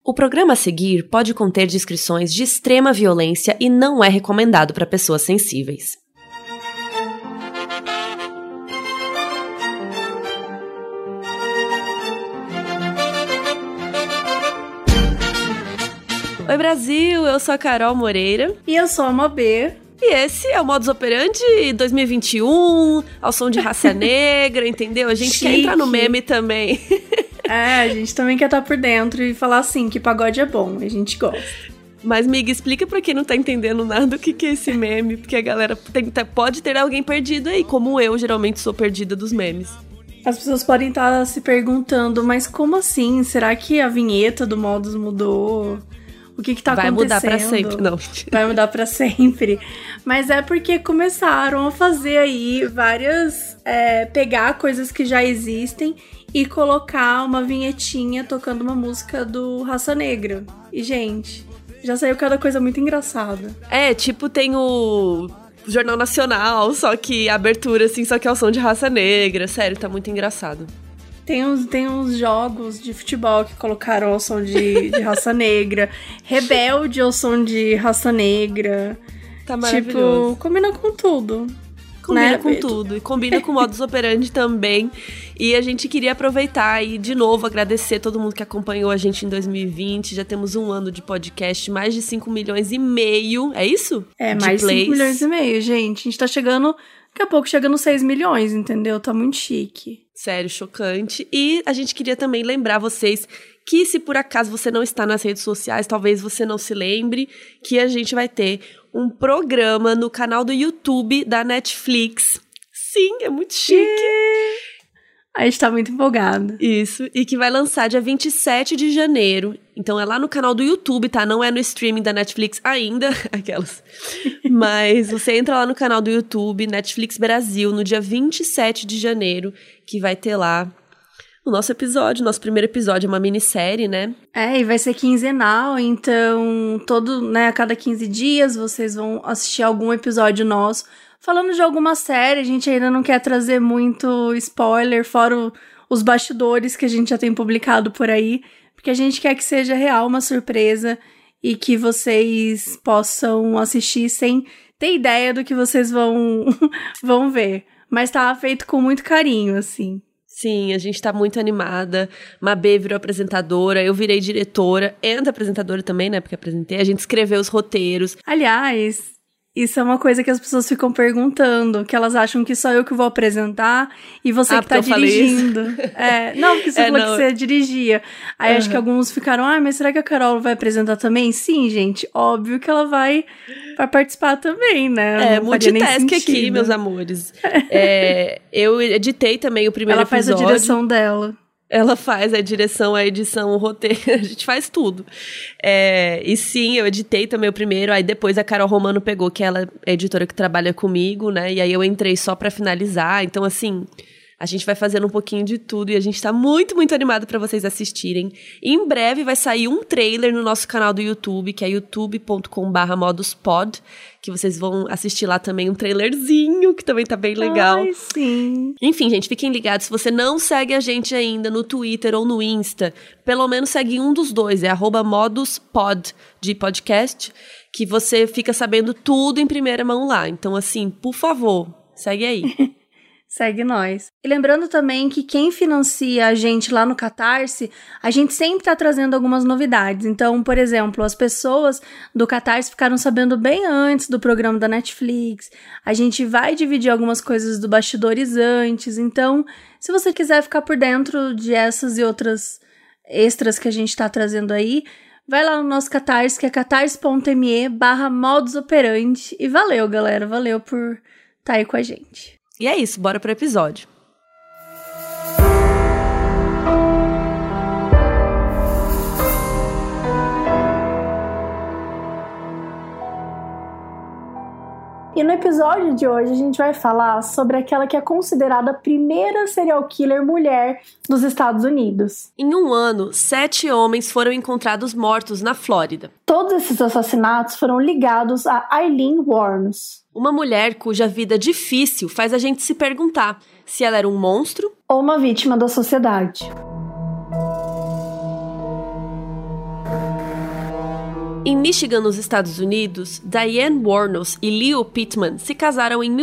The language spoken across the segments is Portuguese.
O programa a seguir pode conter descrições de extrema violência e não é recomendado para pessoas sensíveis. Oi Brasil, eu sou a Carol Moreira. E eu sou a Mabê. E esse é o Modus Operandi 2021, ao som de raça negra, entendeu? A gente Chique. quer entrar no meme também. É, a gente também quer estar por dentro e falar assim, que pagode é bom, a gente gosta. Mas, Mig, explica pra quem não tá entendendo nada o que é esse meme, porque a galera pode ter alguém perdido aí, como eu geralmente sou perdida dos memes. As pessoas podem estar se perguntando, mas como assim? Será que a vinheta do Modus mudou? O que tá acontecendo? Vai mudar pra sempre, não. Vai mudar pra sempre. Mas é porque começaram a fazer aí várias... pegar coisas que já existem e colocar uma vinhetinha tocando uma música do Raça Negra. E, gente, já saiu cada coisa muito engraçada. É, tipo, tem o Jornal Nacional, só que a abertura, assim, só que é o som de Raça Negra. Sério, tá muito engraçado. Tem uns jogos de futebol que colocaram ao som de Raça Negra. Rebelde ao som de Raça Negra. Tá maravilhoso. Tipo, combina com tudo. Combina né, com tudo. E combina com o Modus Operandi também. E a gente queria aproveitar e, de novo, agradecer todo mundo que acompanhou a gente em 2020. Já temos um ano de podcast, mais de 5,5 milhões. É isso? É, mais de 5,5 milhões, gente. A gente tá chegando... Daqui a pouco chega nos 6 milhões, entendeu? Tá muito chique. Sério, chocante. E a gente queria também lembrar vocês que, se por acaso você não está nas redes sociais, talvez você não se lembre, que a gente vai ter um programa no canal do YouTube da Netflix. Sim, é muito chique. A gente tá muito empolgada. Isso, e que vai lançar dia 27 de janeiro. Então é lá no canal do YouTube, tá? Não é no streaming da Netflix ainda, aquelas. Mas você entra lá no canal do YouTube, Netflix Brasil, no dia 27 de janeiro, que vai ter lá o nosso episódio. Nosso primeiro episódio é uma minissérie, né? É, e vai ser quinzenal, então a cada 15 dias vocês vão assistir algum episódio nosso. Falando de alguma série, a gente ainda não quer trazer muito spoiler, fora os bastidores que a gente já tem publicado por aí, porque a gente quer que seja real uma surpresa e que vocês possam assistir sem ter ideia do que vocês vão ver. Mas tá feito com muito carinho, assim. Sim, a gente tá muito animada. Mabê virou apresentadora, eu virei diretora e apresentadora também, né, porque apresentei. A gente escreveu os roteiros. Aliás... Isso é uma coisa que as pessoas ficam perguntando, que elas acham que só eu que vou apresentar e você que tá dirigindo. Não, porque você falou que você dirigia. Aí acho que alguns ficaram, mas será que a Carol vai apresentar também? Sim, gente, óbvio que ela vai participar também, né? Multitask aqui, meus amores. Eu editei também o primeiro episódio. Ela faz a direção dela. Ela faz a direção, a edição, o roteiro, a gente faz tudo. E sim, eu editei também o primeiro, aí depois a Carol Romano pegou, que ela é a editora que trabalha comigo, né? E aí eu entrei só pra finalizar. Então, assim, a gente vai fazendo um pouquinho de tudo e a gente tá muito, muito animado pra vocês assistirem. E em breve vai sair um trailer no nosso canal do YouTube, que é youtube.com/moduspod, que vocês vão assistir lá também um trailerzinho, que também tá bem legal. Ai, sim. Enfim, gente, fiquem ligados. Se você não segue a gente ainda no Twitter ou no Insta, pelo menos segue um dos dois, é @moduspod de podcast, que você fica sabendo tudo em primeira mão lá. Então, assim, por favor, segue aí. Segue nós. E lembrando também que quem financia a gente lá no Catarse, a gente sempre tá trazendo algumas novidades. Então, por exemplo, as pessoas do Catarse ficaram sabendo bem antes do programa da Netflix. A gente vai dividir algumas coisas do bastidores antes. Então, se você quiser ficar por dentro de essas e outras extras que a gente tá trazendo aí, vai lá no nosso Catarse, que é catarse.me/modusoperandi. E valeu, galera. Valeu por estar aí com a gente. E é isso, bora pro episódio. E no episódio de hoje a gente vai falar sobre aquela que é considerada a primeira serial killer mulher dos Estados Unidos. Em um ano, 7 homens foram encontrados mortos na Flórida. Todos esses assassinatos foram ligados a Aileen Wuornos, uma mulher cuja vida difícil faz a gente se perguntar se ela era um monstro ou uma vítima da sociedade. Em Michigan, nos Estados Unidos, Diane Wuornos e Leo Pittman se casaram em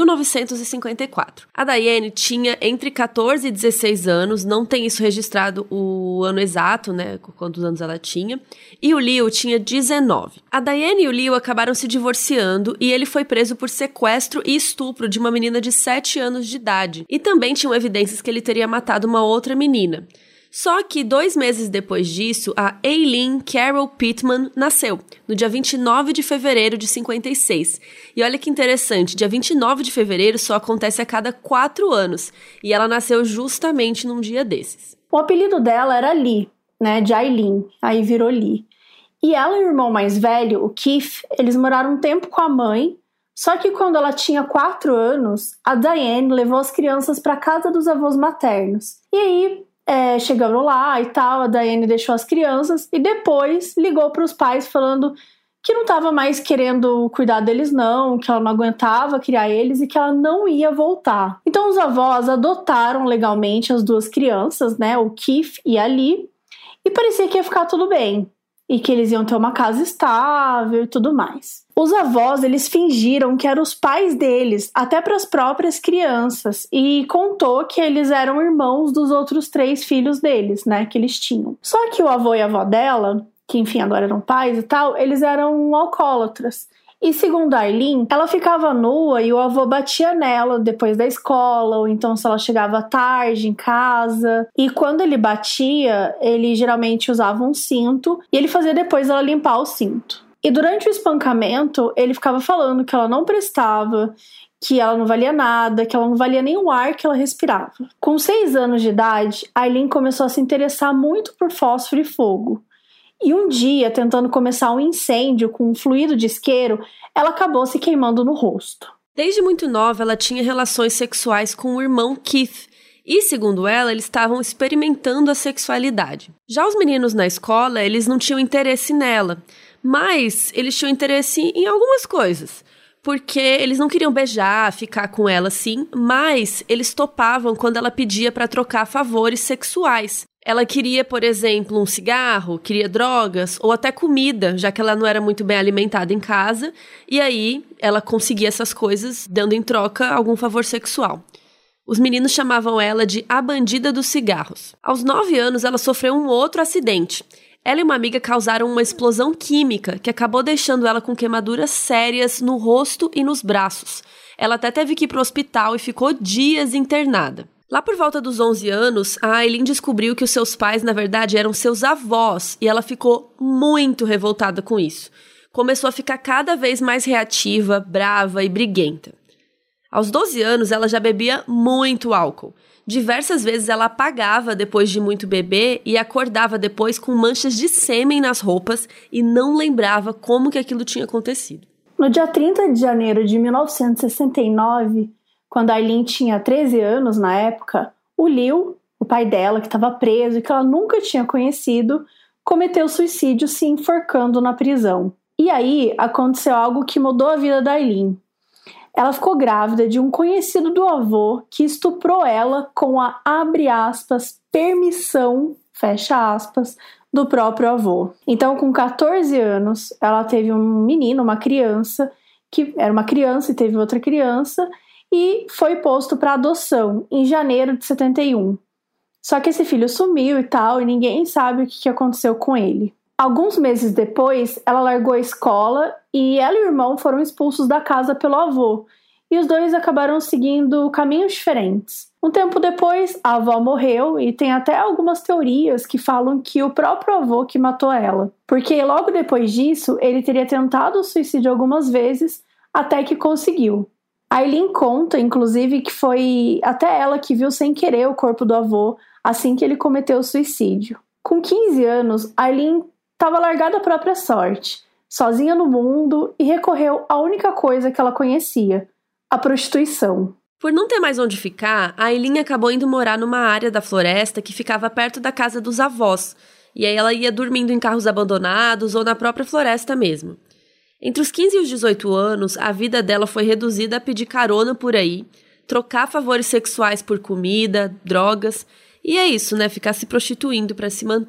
1954. A Diane tinha entre 14 e 16 anos, não tem isso registrado o ano exato, né, quantos anos ela tinha, e o Leo tinha 19. A Diane e o Leo acabaram se divorciando e ele foi preso por sequestro e estupro de uma menina de 7 anos de idade, e também tinham evidências que ele teria matado uma outra menina. Só que 2 meses depois disso, a Eileen Carol Pittman nasceu, no dia 29 de fevereiro de 56. E olha que interessante, dia 29 de fevereiro só acontece a cada 4 anos, e ela nasceu justamente num dia desses. O apelido dela era Lee, né, de Eileen, aí virou Lee. E ela e o irmão mais velho, o Keith, eles moraram um tempo com a mãe, só que quando ela tinha 4 anos, a Diane levou as crianças para casa dos avós maternos. E aí, chegando lá e tal, a Diane deixou as crianças e depois ligou para os pais falando que não estava mais querendo cuidar deles não, que ela não aguentava criar eles e que ela não ia voltar. Então os avós adotaram legalmente as 2 crianças, né, o Keith e a Lee, e parecia que ia ficar tudo bem. E que eles iam ter uma casa estável e tudo mais. Os avós, eles fingiram que eram os pais deles, até para as próprias crianças, e contou que eles eram irmãos dos outros 3 filhos deles, né, que eles tinham. Só que o avô e a avó dela, que enfim agora eram pais e tal, eles eram alcoólatras. E segundo a Eileen, ela ficava nua e o avô batia nela depois da escola, ou então se ela chegava tarde em casa. E quando ele batia, ele geralmente usava um cinto e ele fazia depois ela limpar o cinto. E durante o espancamento, ele ficava falando que ela não prestava, que ela não valia nada, que ela não valia nem o ar que ela respirava. Com 6 anos de idade, a Eileen começou a se interessar muito por fósforo e fogo. E um dia, tentando começar um incêndio com um fluido de isqueiro, ela acabou se queimando no rosto. Desde muito nova, ela tinha relações sexuais com o irmão Keith. E, segundo ela, eles estavam experimentando a sexualidade. Já os meninos na escola, eles não tinham interesse nela. Mas eles tinham interesse em algumas coisas. Porque eles não queriam beijar, ficar com ela assim, mas eles topavam quando ela pedia para trocar favores sexuais. Ela queria, por exemplo, um cigarro, queria drogas ou até comida, já que ela não era muito bem alimentada em casa, e aí ela conseguia essas coisas dando em troca algum favor sexual. Os meninos chamavam ela de a bandida dos cigarros. Aos 9 anos, ela sofreu um outro acidente. Ela e uma amiga causaram uma explosão química que acabou deixando ela com queimaduras sérias no rosto e nos braços. Ela até teve que ir para o hospital e ficou dias internada. Lá por volta dos 11 anos, a Eileen descobriu que os seus pais, na verdade, eram seus avós, e ela ficou muito revoltada com isso. Começou a ficar cada vez mais reativa, brava e briguenta. Aos 12 anos, ela já bebia muito álcool. Diversas vezes ela apagava depois de muito beber e acordava depois com manchas de sêmen nas roupas e não lembrava como que aquilo tinha acontecido. No dia 30 de janeiro de 1969, quando a Eileen tinha 13 anos na época, o Leo, o pai dela, que estava preso e que ela nunca tinha conhecido, cometeu suicídio se enforcando na prisão. E aí aconteceu algo que mudou a vida da Eileen. Ela ficou grávida de um conhecido do avô que estuprou ela com a, abre aspas, permissão, fecha aspas, do próprio avô. Então, com 14 anos, ela teve um menino, uma criança, que era uma criança e teve outra criança, e foi posto para adoção em janeiro de 71. Só que esse filho sumiu e tal, e ninguém sabe o que aconteceu com ele. Alguns meses depois, ela largou a escola e ela e o irmão foram expulsos da casa pelo avô, e os dois acabaram seguindo caminhos diferentes. Um tempo depois, a avó morreu e tem até algumas teorias que falam que o próprio avô que matou ela, porque logo depois disso, ele teria tentado o suicídio algumas vezes até que conseguiu. A Eileen conta, inclusive, que foi até ela que viu sem querer o corpo do avô assim que ele cometeu o suicídio. Com 15 anos, a Eileen estava largada à própria sorte, sozinha no mundo, e recorreu à única coisa que ela conhecia, a prostituição. Por não ter mais onde ficar, a Eileen acabou indo morar numa área da floresta que ficava perto da casa dos avós, e aí ela ia dormindo em carros abandonados ou na própria floresta mesmo. Entre os 15 e os 18 anos, a vida dela foi reduzida a pedir carona por aí, trocar favores sexuais por comida, drogas, e é isso, né? Ficar se prostituindo para se manter.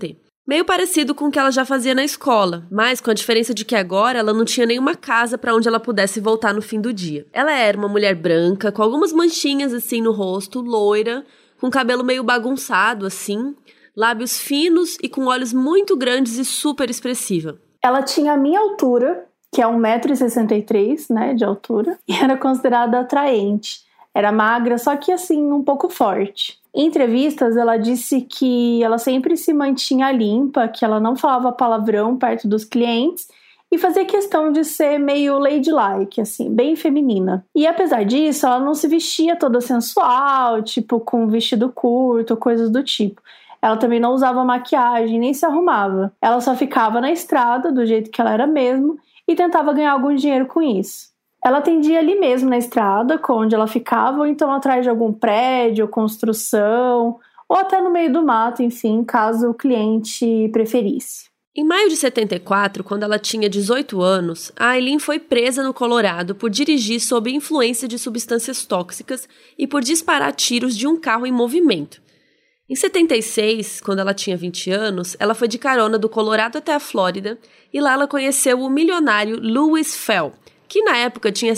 Meio parecido com o que ela já fazia na escola, mas com a diferença de que agora ela não tinha nenhuma casa para onde ela pudesse voltar no fim do dia. Ela era uma mulher branca, com algumas manchinhas assim no rosto, loira, com cabelo meio bagunçado assim, lábios finos e com olhos muito grandes e super expressiva. Ela tinha a minha altura, que é 1,63 m, né, de altura, e era considerada atraente. Era magra, só que assim, um pouco forte. Em entrevistas, ela disse que ela sempre se mantinha limpa, que ela não falava palavrão perto dos clientes e fazia questão de ser meio ladylike, assim, bem feminina. E apesar disso, ela não se vestia toda sensual, tipo com vestido curto, coisas do tipo. Ela também não usava maquiagem, nem se arrumava. Ela só ficava na estrada, do jeito que ela era mesmo, e tentava ganhar algum dinheiro com isso. Ela atendia ali mesmo na estrada, onde ela ficava, ou então atrás de algum prédio, construção, ou até no meio do mato, enfim, caso o cliente preferisse. Em maio de 74, quando ela tinha 18 anos, a Aileen foi presa no Colorado por dirigir sob influência de substâncias tóxicas e por disparar tiros de um carro em movimento. Em 76, quando ela tinha 20 anos, ela foi de carona do Colorado até a Flórida e lá ela conheceu o milionário Lewis Fell, que na época tinha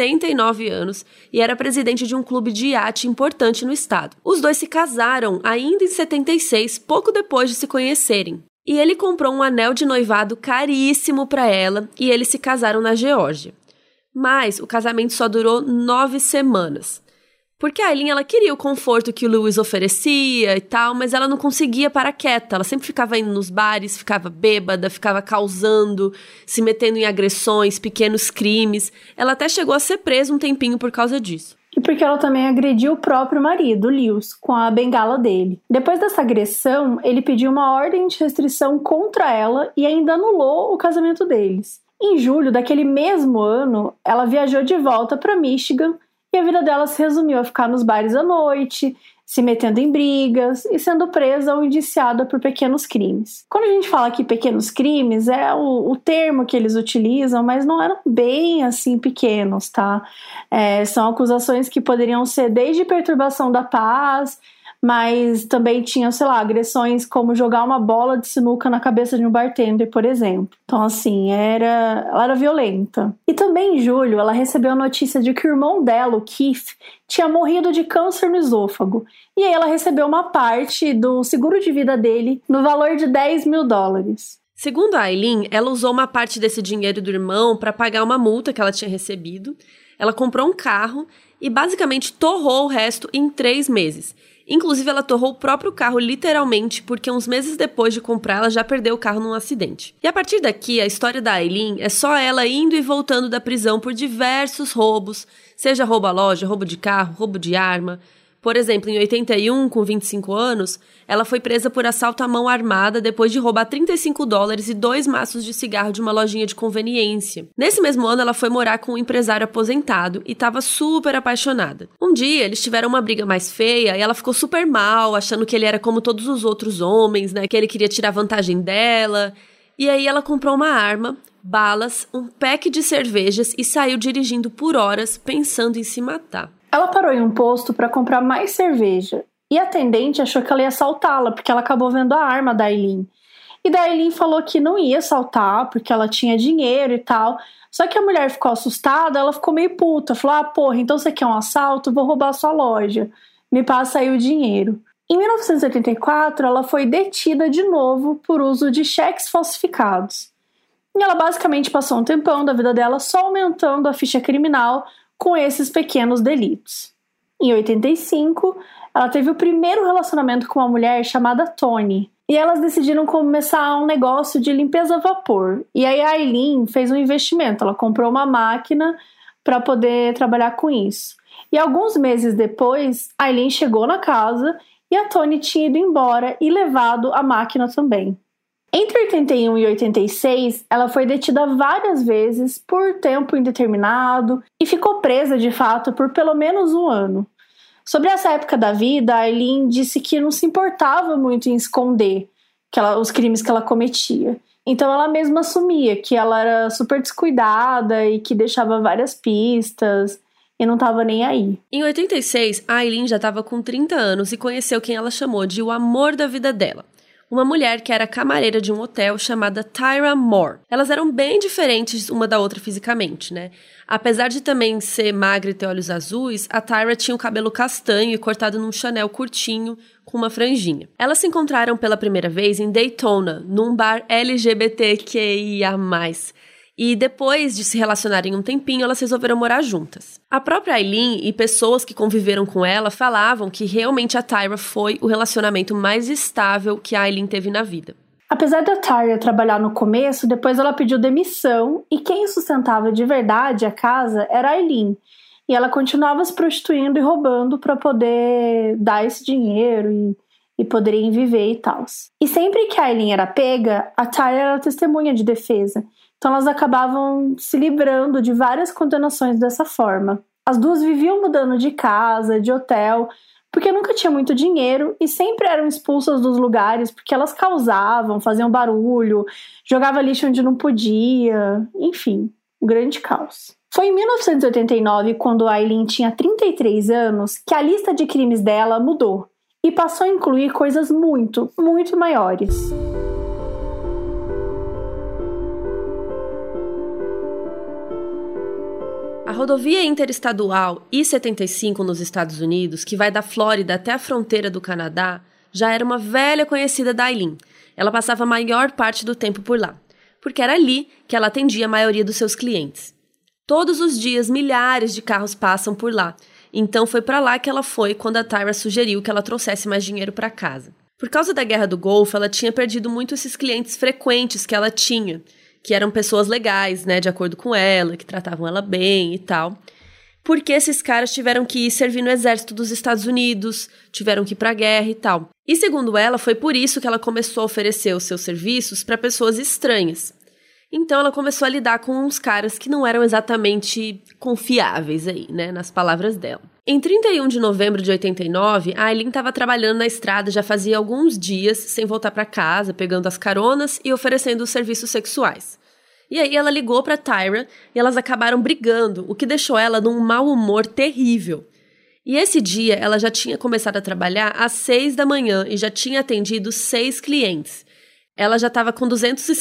69 anos e era presidente de um clube de iate importante no estado. Os dois se casaram ainda em 76, pouco depois de se conhecerem. E ele comprou um anel de noivado caríssimo para ela e eles se casaram na Geórgia. Mas o casamento só durou 9 semanas. Porque a Aileen, ela queria o conforto que o Lewis oferecia e tal, mas ela não conseguia parar quieta. Ela sempre ficava indo nos bares, ficava bêbada, ficava causando, se metendo em agressões, pequenos crimes. Ela até chegou a ser presa um tempinho por causa disso. E porque ela também agrediu o próprio marido, Lewis, com a bengala dele. Depois dessa agressão, ele pediu uma ordem de restrição contra ela e ainda anulou o casamento deles. Em julho daquele mesmo ano, ela viajou de volta para Michigan e a vida dela se resumiu a ficar nos bares à noite, se metendo em brigas e sendo presa ou indiciada por pequenos crimes. Quando a gente fala aqui pequenos crimes, é o termo que eles utilizam, mas não eram bem assim pequenos, tá? São acusações que poderiam ser desde perturbação da paz, mas também tinham, sei lá, agressões como jogar uma bola de sinuca na cabeça de um bartender, por exemplo. Então, assim, ela era violenta. E também em julho, ela recebeu a notícia de que o irmão dela, o Keith, tinha morrido de câncer no esôfago. E aí ela recebeu uma parte do seguro de vida dele no valor de $10 mil. Segundo a Aileen, ela usou uma parte desse dinheiro do irmão para pagar uma multa que ela tinha recebido. Ela comprou um carro e basicamente torrou o resto em 3 meses. Inclusive, ela torrou o próprio carro literalmente, porque uns meses depois de comprar, ela já perdeu o carro num acidente. E a partir daqui, a história da Aileen é só ela indo e voltando da prisão por diversos roubos, seja roubo à loja, roubo de carro, roubo de arma. Por exemplo, em 81, com 25 anos, ela foi presa por assalto à mão armada depois de roubar $35 e 2 maços de cigarro de uma lojinha de conveniência. Nesse mesmo ano, ela foi morar com um empresário aposentado e estava super apaixonada. Um dia, eles tiveram uma briga mais feia e ela ficou super mal, achando que ele era como todos os outros homens, né? Que ele queria tirar vantagem dela. E aí ela comprou uma arma, balas, um pack de cervejas e saiu dirigindo por horas, pensando em se matar. Ela parou em um posto para comprar mais cerveja e a atendente achou que ela ia assaltá-la porque ela acabou vendo a arma da Aileen. E daí a Aileen falou que não ia assaltar porque ela tinha dinheiro e tal. Só que a mulher ficou assustada, ela ficou meio puta. Falou, porra, então você quer um assalto? Vou roubar a sua loja. Me passa aí o dinheiro. Em 1984, ela foi detida de novo por uso de cheques falsificados. E ela basicamente passou um tempão da vida dela só aumentando a ficha criminal com esses pequenos delitos. Em 85, ela teve o primeiro relacionamento com uma mulher chamada Toni. E elas decidiram começar um negócio de limpeza a vapor. E aí a Aileen fez um investimento. Ela comprou uma máquina para poder trabalhar com isso. E alguns meses depois, a Aileen chegou na casa e a Toni tinha ido embora e levado a máquina também. Entre 81 e 86, ela foi detida várias vezes por tempo indeterminado e ficou presa, de fato, por pelo menos 1 ano. Sobre essa época da vida, a Aileen disse que não se importava muito em esconder os crimes que ela cometia. Então ela mesma assumia que ela era super descuidada e que deixava várias pistas e não estava nem aí. Em 86, a Aileen já estava com 30 anos e conheceu quem ela chamou de o amor da vida dela. uma mulher que era camareira de um hotel chamada Tyra Moore. Elas eram bem diferentes uma da outra fisicamente, né? Apesar de também ser magra e ter olhos azuis, a Tyra tinha o cabelo castanho e cortado num Chanel curtinho com uma franjinha. Elas se encontraram pela primeira vez em Daytona, num bar LGBTQIA+. E depois de se relacionarem um tempinho, elas resolveram morar juntas. A própria Aileen e pessoas que conviveram com ela falavam que realmente a Tyra foi o relacionamento mais estável que a Aileen teve na vida. Apesar da Tyra trabalhar no começo, depois ela pediu demissão e quem sustentava de verdade a casa era a Aileen. E ela continuava se prostituindo e roubando para poder dar esse dinheiro e poderem viver e tal. E sempre que a Aileen era pega, a Tyra era testemunha de defesa. Então elas acabavam se livrando de várias condenações dessa forma. As duas viviam mudando de casa, de hotel, porque nunca tinha muito dinheiro e sempre eram expulsas dos lugares porque elas causavam, faziam barulho, jogavam lixo onde não podia, enfim, um grande caos. Foi em 1989, quando a Aileen tinha 33 anos, que a lista de crimes dela mudou e passou a incluir coisas muito, muito maiores. A rodovia interestadual I-75 nos Estados Unidos, que vai da Flórida até a fronteira do Canadá, já era uma velha conhecida da Aileen. Ela passava a maior parte do tempo por lá, porque era ali que ela atendia a maioria dos seus clientes. Todos os dias, milhares de carros passam por lá, então foi para lá que ela foi quando a Tyra sugeriu que ela trouxesse mais dinheiro para casa. Por causa da Guerra do Golfo, ela tinha perdido muito esses clientes frequentes que ela tinha, que eram pessoas legais, né, de acordo com ela, que tratavam ela bem e tal. Porque esses caras tiveram que ir servir no exército dos Estados Unidos, tiveram que ir pra guerra e tal. E segundo ela, foi por isso que ela começou a oferecer os seus serviços para pessoas estranhas. Então ela começou a lidar com uns caras que não eram exatamente confiáveis aí, né, nas palavras dela. Em 31 de novembro de 89, a Aileen estava trabalhando na estrada já fazia alguns dias, sem voltar para casa, pegando as caronas e oferecendo os serviços sexuais. E aí ela ligou para Tyra e elas acabaram brigando, o que deixou ela num mau humor terrível. E esse dia ela já tinha começado a trabalhar às 6 da manhã e já tinha atendido 6 clientes. Ela já estava com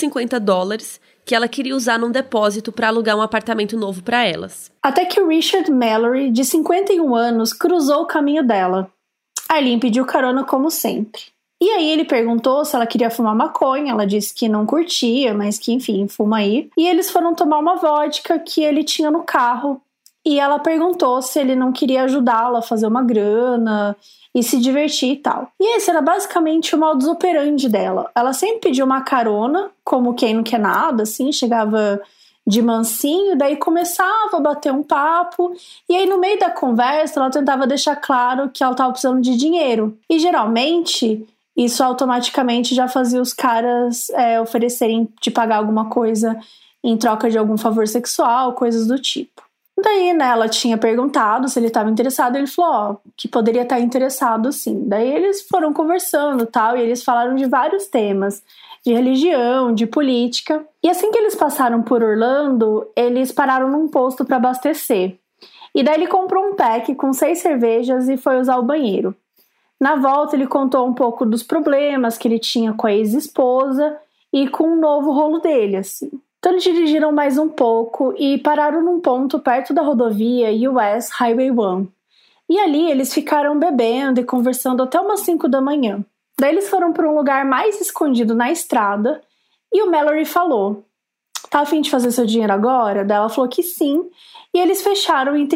$250 que ela queria usar num depósito para alugar um apartamento novo para elas. Até que o Richard Mallory, de 51 anos, cruzou o caminho dela. A Aileen pediu carona como sempre. E aí ele perguntou se ela queria fumar maconha, ela disse que não curtia, mas que enfim, fuma aí. E eles foram tomar uma vodka que ele tinha no carro. E ela perguntou se ele não queria ajudá-la a fazer uma grana e se divertir e tal. E esse era basicamente o modus operandi dela. Ela sempre pediu uma carona, como quem não quer nada, assim, chegava de mansinho, daí começava a bater um papo, e aí no meio da conversa ela tentava deixar claro que ela estava precisando de dinheiro. E geralmente isso automaticamente já fazia os caras oferecerem de pagar alguma coisa em troca de algum favor sexual, coisas do tipo. Daí, né, ela tinha perguntado se ele estava interessado, e ele falou, que poderia estar interessado sim. Daí eles foram conversando tal, e eles falaram de vários temas, de religião, de política. E assim que eles passaram por Orlando, eles pararam num posto para abastecer. E daí ele comprou um pack com 6 cervejas e foi usar o banheiro. Na volta ele contou um pouco dos problemas que ele tinha com a ex-esposa e com o novo rolo dele, assim. Então eles dirigiram mais um pouco e pararam num ponto perto da rodovia US Highway 1. E ali eles ficaram bebendo e conversando até umas 5 da manhã. Daí eles foram para um lugar mais escondido na estrada e o Mallory falou, tá a fim de fazer seu dinheiro agora? Daí ela falou que sim e eles fecharam em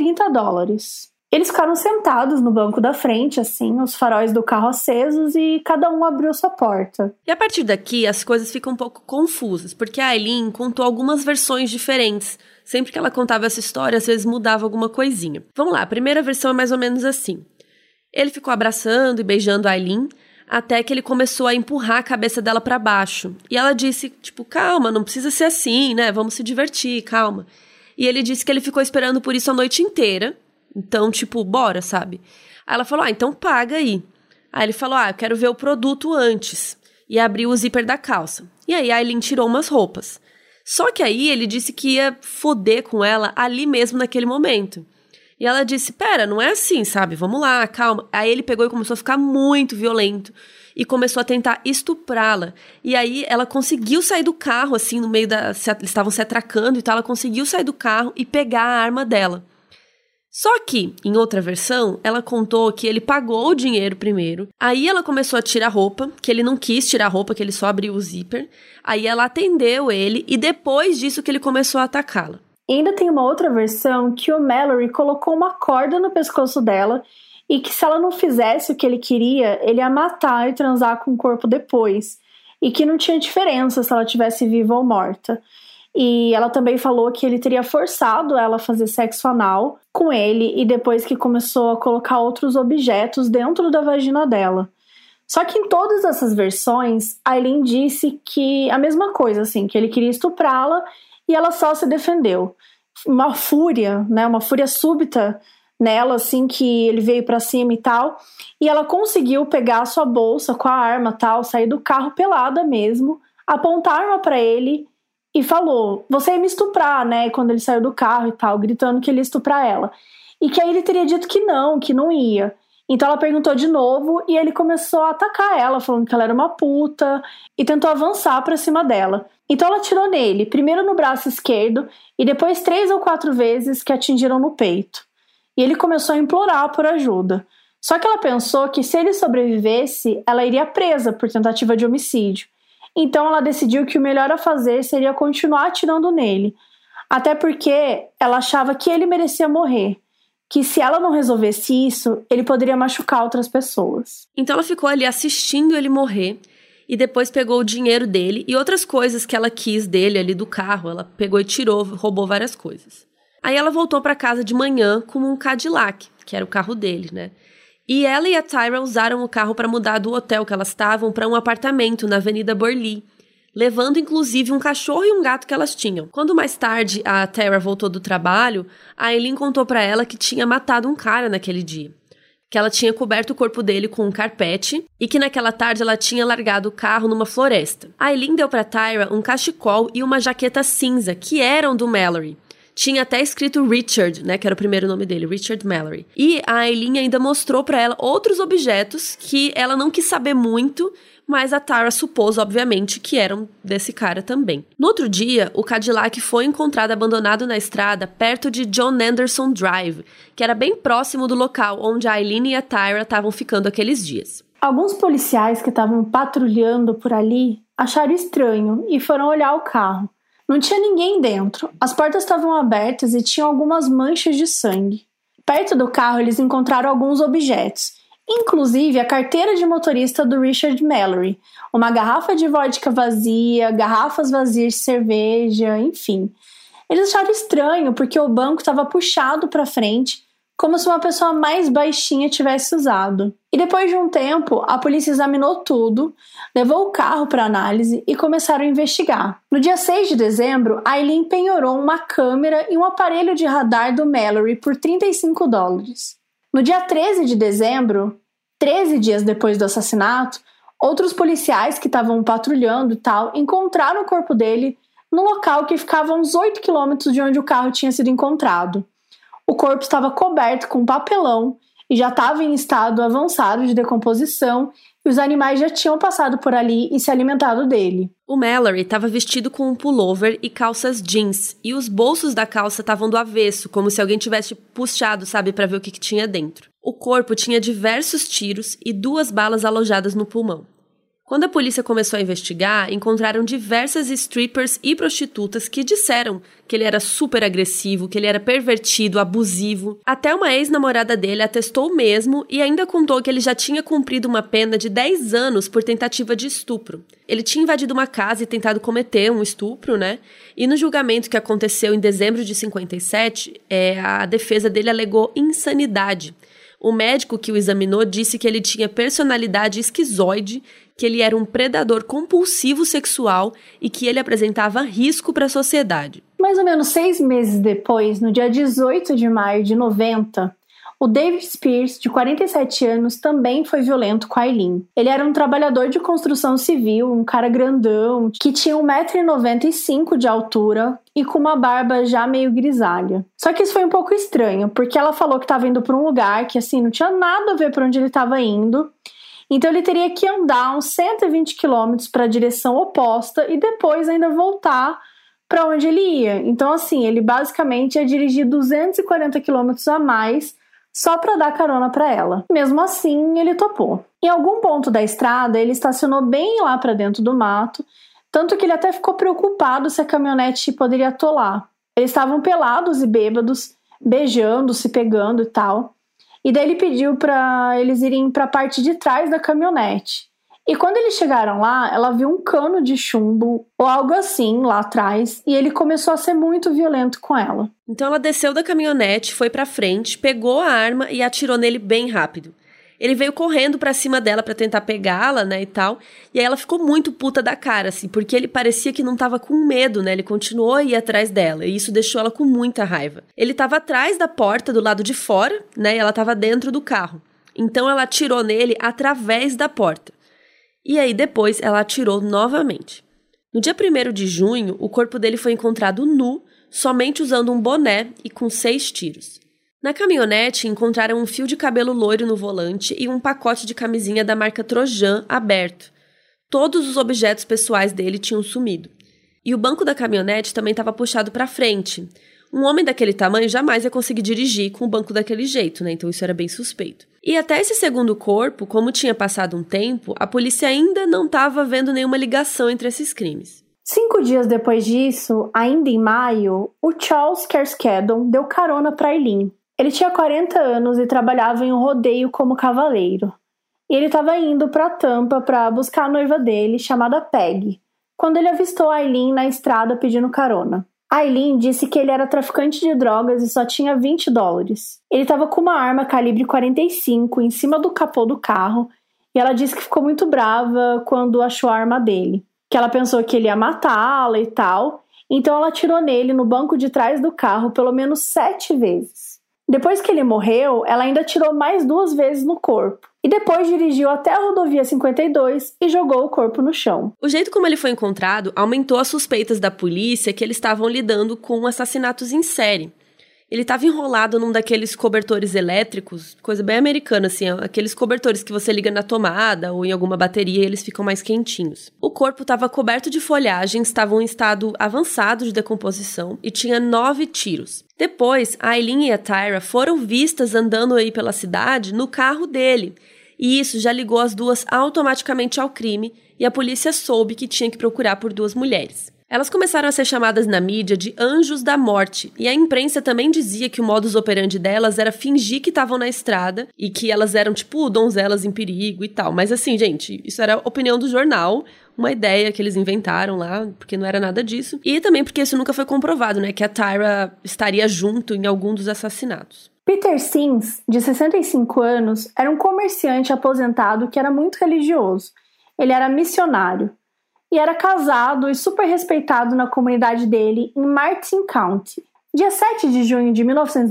$30. Eles ficaram sentados no banco da frente, assim, os faróis do carro acesos e cada um abriu sua porta. E a partir daqui, as coisas ficam um pouco confusas, porque a Aileen contou algumas versões diferentes. Sempre que ela contava essa história, às vezes mudava alguma coisinha. Vamos lá, a primeira versão é mais ou menos assim. Ele ficou abraçando e beijando a Aileen, até que ele começou a empurrar a cabeça dela pra baixo. E ela disse, tipo, calma, não precisa ser assim, né? Vamos se divertir, calma. E ele disse que ele ficou esperando por isso a noite inteira. Então, tipo, bora, sabe? Aí ela falou, então paga aí. Aí ele falou, eu quero ver o produto antes. E abriu o zíper da calça. E aí a Aileen tirou umas roupas. Só que aí ele disse que ia foder com ela ali mesmo naquele momento. E ela disse, pera, não é assim, sabe? Vamos lá, calma. Aí ele pegou e começou a ficar muito violento. e começou a tentar estuprá-la. E aí ela conseguiu sair do carro, assim, no meio da... Eles estavam se atracando e tal, ela conseguiu sair do carro e pegar a arma dela. Só que, em outra versão, ela contou que ele pagou o dinheiro primeiro, aí ela começou a tirar a roupa, que ele não quis tirar a roupa, que ele só abriu o zíper, aí ela atendeu ele e depois disso que ele começou a atacá-la. E ainda tem uma outra versão que o Mallory colocou uma corda no pescoço dela e que se ela não fizesse o que ele queria, ele ia matar e transar com o corpo depois, e que não tinha diferença se ela estivesse viva ou morta. E ela também falou que ele teria forçado ela a fazer sexo anal com ele e depois que começou a colocar outros objetos dentro da vagina dela. Só que em todas essas versões, Aileen disse que a mesma coisa, assim, que ele queria estuprá-la e ela só se defendeu. Uma fúria, né, uma fúria súbita nela, assim, que ele veio pra cima e tal, e ela conseguiu pegar a sua bolsa com a arma tal, sair do carro pelada mesmo, apontar a arma pra ele e falou, você ia me estuprar, né, quando ele saiu do carro e tal, gritando que ele ia estuprar ela. E que aí ele teria dito que não ia. Então ela perguntou de novo e ele começou a atacar ela, falando que ela era uma puta, e tentou avançar pra cima dela. Então ela atirou nele, primeiro no braço esquerdo e depois 3 ou 4 vezes que atingiram no peito. E ele começou a implorar por ajuda. Só que ela pensou que se ele sobrevivesse, ela iria presa por tentativa de homicídio. Então ela decidiu que o melhor a fazer seria continuar atirando nele. Até porque ela achava que ele merecia morrer. Que se ela não resolvesse isso, ele poderia machucar outras pessoas. Então ela ficou ali assistindo ele morrer e depois pegou o dinheiro dele e outras coisas que ela quis dele ali do carro. Ela pegou e tirou, roubou várias coisas. Aí ela voltou para casa de manhã com um Cadillac, que era o carro dele, né? E ela e a Tyra usaram o carro para mudar do hotel que elas estavam para um apartamento na Avenida Burleigh, levando inclusive um cachorro e um gato que elas tinham. Quando mais tarde a Tyra voltou do trabalho, a Aileen contou para ela que tinha matado um cara naquele dia, que ela tinha coberto o corpo dele com um carpete e que naquela tarde ela tinha largado o carro numa floresta. A Aileen deu para Tyra um cachecol e uma jaqueta cinza, que eram do Mallory. Tinha até escrito Richard, né, que era o primeiro nome dele, Richard Mallory. E a Aileen ainda mostrou pra ela outros objetos que ela não quis saber muito, mas a Tyra supôs, obviamente, que eram desse cara também. No outro dia, o Cadillac foi encontrado abandonado na estrada perto de John Anderson Drive, que era bem próximo do local onde a Aileen e a Tyra estavam ficando aqueles dias. Alguns policiais que estavam patrulhando por ali acharam estranho e foram olhar o carro. Não tinha ninguém dentro, as portas estavam abertas e tinham algumas manchas de sangue. Perto do carro eles encontraram alguns objetos, inclusive a carteira de motorista do Richard Mallory, uma garrafa de vodka vazia, garrafas vazias de cerveja, enfim. Eles acharam estranho porque o banco estava puxado para frente, como se uma pessoa mais baixinha tivesse usado. E depois de um tempo, a polícia examinou tudo, levou o carro para análise e começaram a investigar. No dia 6 de dezembro, Aileen penhorou uma câmera e um aparelho de radar do Mallory por $35. No dia 13 de dezembro, 13 dias depois do assassinato, outros policiais que estavam patrulhando e tal encontraram o corpo dele num local que ficava a uns 8 quilômetros de onde o carro tinha sido encontrado. O corpo estava coberto com papelão e já estava em estado avançado de decomposição e os animais já tinham passado por ali e se alimentado dele. O Mallory estava vestido com um pullover e calças jeans e os bolsos da calça estavam do avesso, como se alguém tivesse puxado, sabe, para ver o que tinha dentro. O corpo tinha diversos tiros e 2 balas alojadas no pulmão. Quando a polícia começou a investigar, encontraram diversas strippers e prostitutas que disseram que ele era super agressivo, que ele era pervertido, abusivo. Até uma ex-namorada dele atestou mesmo e ainda contou que ele já tinha cumprido uma pena de 10 anos por tentativa de estupro. Ele tinha invadido uma casa e tentado cometer um estupro, né? E no julgamento que aconteceu em dezembro de 57, a defesa dele alegou insanidade. O médico que o examinou disse que ele tinha personalidade esquizoide, que ele era um predador compulsivo sexual e que ele apresentava risco para a sociedade. Mais ou menos 6 meses depois, no dia 18 de maio de 90, o David Spears, de 47 anos, também foi violento com a Aileen. Ele era um trabalhador de construção civil, um cara grandão, que tinha 1,95 m de altura e com uma barba já meio grisalha. Só que isso foi um pouco estranho, porque ela falou que estava indo para um lugar que, assim, não tinha nada a ver para onde ele estava indo. Então ele teria que andar uns 120 quilômetros para a direção oposta e depois ainda voltar para onde ele ia. Então, assim, ele basicamente ia dirigir 240 quilômetros a mais só para dar carona para ela. Mesmo assim, ele topou. Em algum ponto da estrada, ele estacionou bem lá para dentro do mato, tanto que ele até ficou preocupado se a caminhonete poderia atolar. Eles estavam pelados e bêbados, beijando, se pegando e tal. E daí ele pediu para eles irem para a parte de trás da caminhonete. E quando eles chegaram lá, ela viu um cano de chumbo ou algo assim lá atrás, e ele começou a ser muito violento com ela. Então ela desceu da caminhonete, foi pra frente, pegou a arma e atirou nele bem rápido. Ele veio correndo pra cima dela pra tentar pegá-la, né, e tal. E aí ela ficou muito puta da cara, assim, porque ele parecia que não tava com medo, né? Ele continuou a ir atrás dela, e isso deixou ela com muita raiva. Ele tava atrás da porta, do lado de fora, né, e ela tava dentro do carro. Então ela atirou nele através da porta. E aí depois ela atirou novamente. No dia 1º de junho, o corpo dele foi encontrado nu, somente usando um boné e com 6 tiros. Na caminhonete, encontraram um fio de cabelo loiro no volante e um pacote de camisinha da marca Trojan aberto. Todos os objetos pessoais dele tinham sumido. E o banco da caminhonete também estava puxado para frente. Um homem daquele tamanho jamais ia conseguir dirigir com o banco daquele jeito, né? Então isso era bem suspeito. E até esse segundo corpo, como tinha passado um tempo, a polícia ainda não estava vendo nenhuma ligação entre esses crimes. 5 dias depois disso, ainda em maio, o Charles Kerskedon deu carona para Eileen. Ele tinha 40 anos e trabalhava em um rodeio como cavaleiro. E ele estava indo para Tampa para buscar a noiva dele, chamada Peg, quando ele avistou a Eileen na estrada pedindo carona. A Eileen disse que ele era traficante de drogas e só tinha $20. Ele estava com uma arma calibre 45 em cima do capô do carro e ela disse que ficou muito brava quando achou a arma dele, que ela pensou que ele ia matá-la e tal, então ela atirou nele no banco de trás do carro pelo menos 7 vezes. Depois que ele morreu, ela ainda atirou mais 2 vezes no corpo. E depois dirigiu até a rodovia 52 e jogou o corpo no chão. O jeito como ele foi encontrado aumentou as suspeitas da polícia que eles estavam lidando com assassinatos em série. Ele estava enrolado num daqueles cobertores elétricos, coisa bem americana, assim, aqueles cobertores que você liga na tomada ou em alguma bateria e eles ficam mais quentinhos. O corpo estava coberto de folhagem, estava em estado avançado de decomposição e tinha 9 tiros. Depois, a Eileen e a Tyra foram vistas andando aí pela cidade no carro dele. E isso já ligou as duas automaticamente ao crime e a polícia soube que tinha que procurar por 2 mulheres. Elas começaram a ser chamadas na mídia de anjos da morte, e a imprensa também dizia que o modus operandi delas era fingir que estavam na estrada e que elas eram, tipo, donzelas em perigo e tal. Mas assim, gente, isso era a opinião do jornal, uma ideia que eles inventaram lá, porque não era nada disso. E também porque isso nunca foi comprovado, né, que a Tyra estaria junto em algum dos assassinatos. Peter Sims, de 65 anos, era um comerciante aposentado que era muito religioso. Ele era missionário. E era casado e super respeitado na comunidade dele em Martin County. Dia 7 de junho de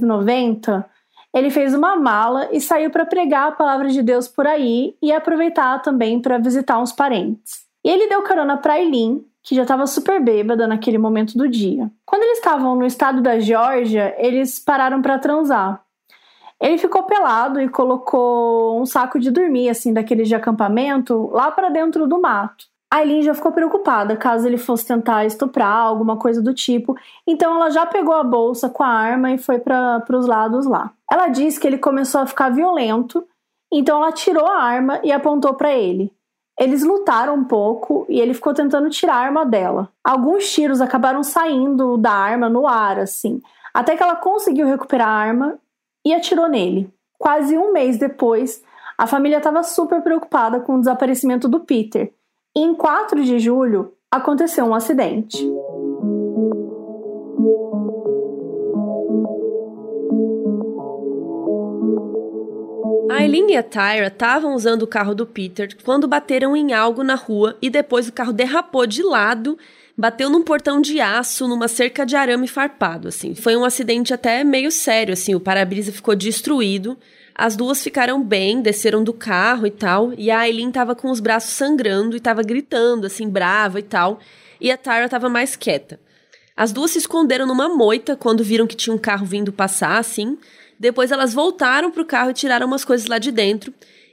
1990, ele fez uma mala e saiu para pregar a palavra de Deus por aí e aproveitar também para visitar uns parentes. E ele deu carona para Eileen, que já estava super bêbada naquele momento do dia. Quando eles estavam no estado da Geórgia, eles pararam para transar. Ele ficou pelado e colocou um saco de dormir, assim, daqueles de acampamento, lá para dentro do mato. A Eileen já ficou preocupada caso ele fosse tentar estuprar, alguma coisa do tipo. Então ela já pegou a bolsa com a arma e foi para os lados lá. Ela disse que ele começou a ficar violento, então ela tirou a arma e apontou para ele. Eles lutaram um pouco e ele ficou tentando tirar a arma dela. Alguns tiros acabaram saindo da arma no ar, assim, até que ela conseguiu recuperar a arma e atirou nele. Quase um mês depois, a família estava super preocupada com o desaparecimento do Peter. E em 4 de julho, aconteceu um acidente. A Eileen e a Tyra estavam usando o carro do Peter quando bateram em algo na rua e depois o carro derrapou de lado, bateu num portão de aço, numa cerca de arame farpado, assim. Foi um acidente até meio sério, assim, o para-brisa ficou destruído. As duas ficaram bem, desceram do carro e tal, e a Eileen tava com os braços sangrando e tava gritando, assim, brava e tal, e a Tyra tava mais quieta. As duas se esconderam numa moita quando viram que tinha um carro vindo passar, assim. Depois elas voltaram pro carro e tiraram umas coisas lá de dentro,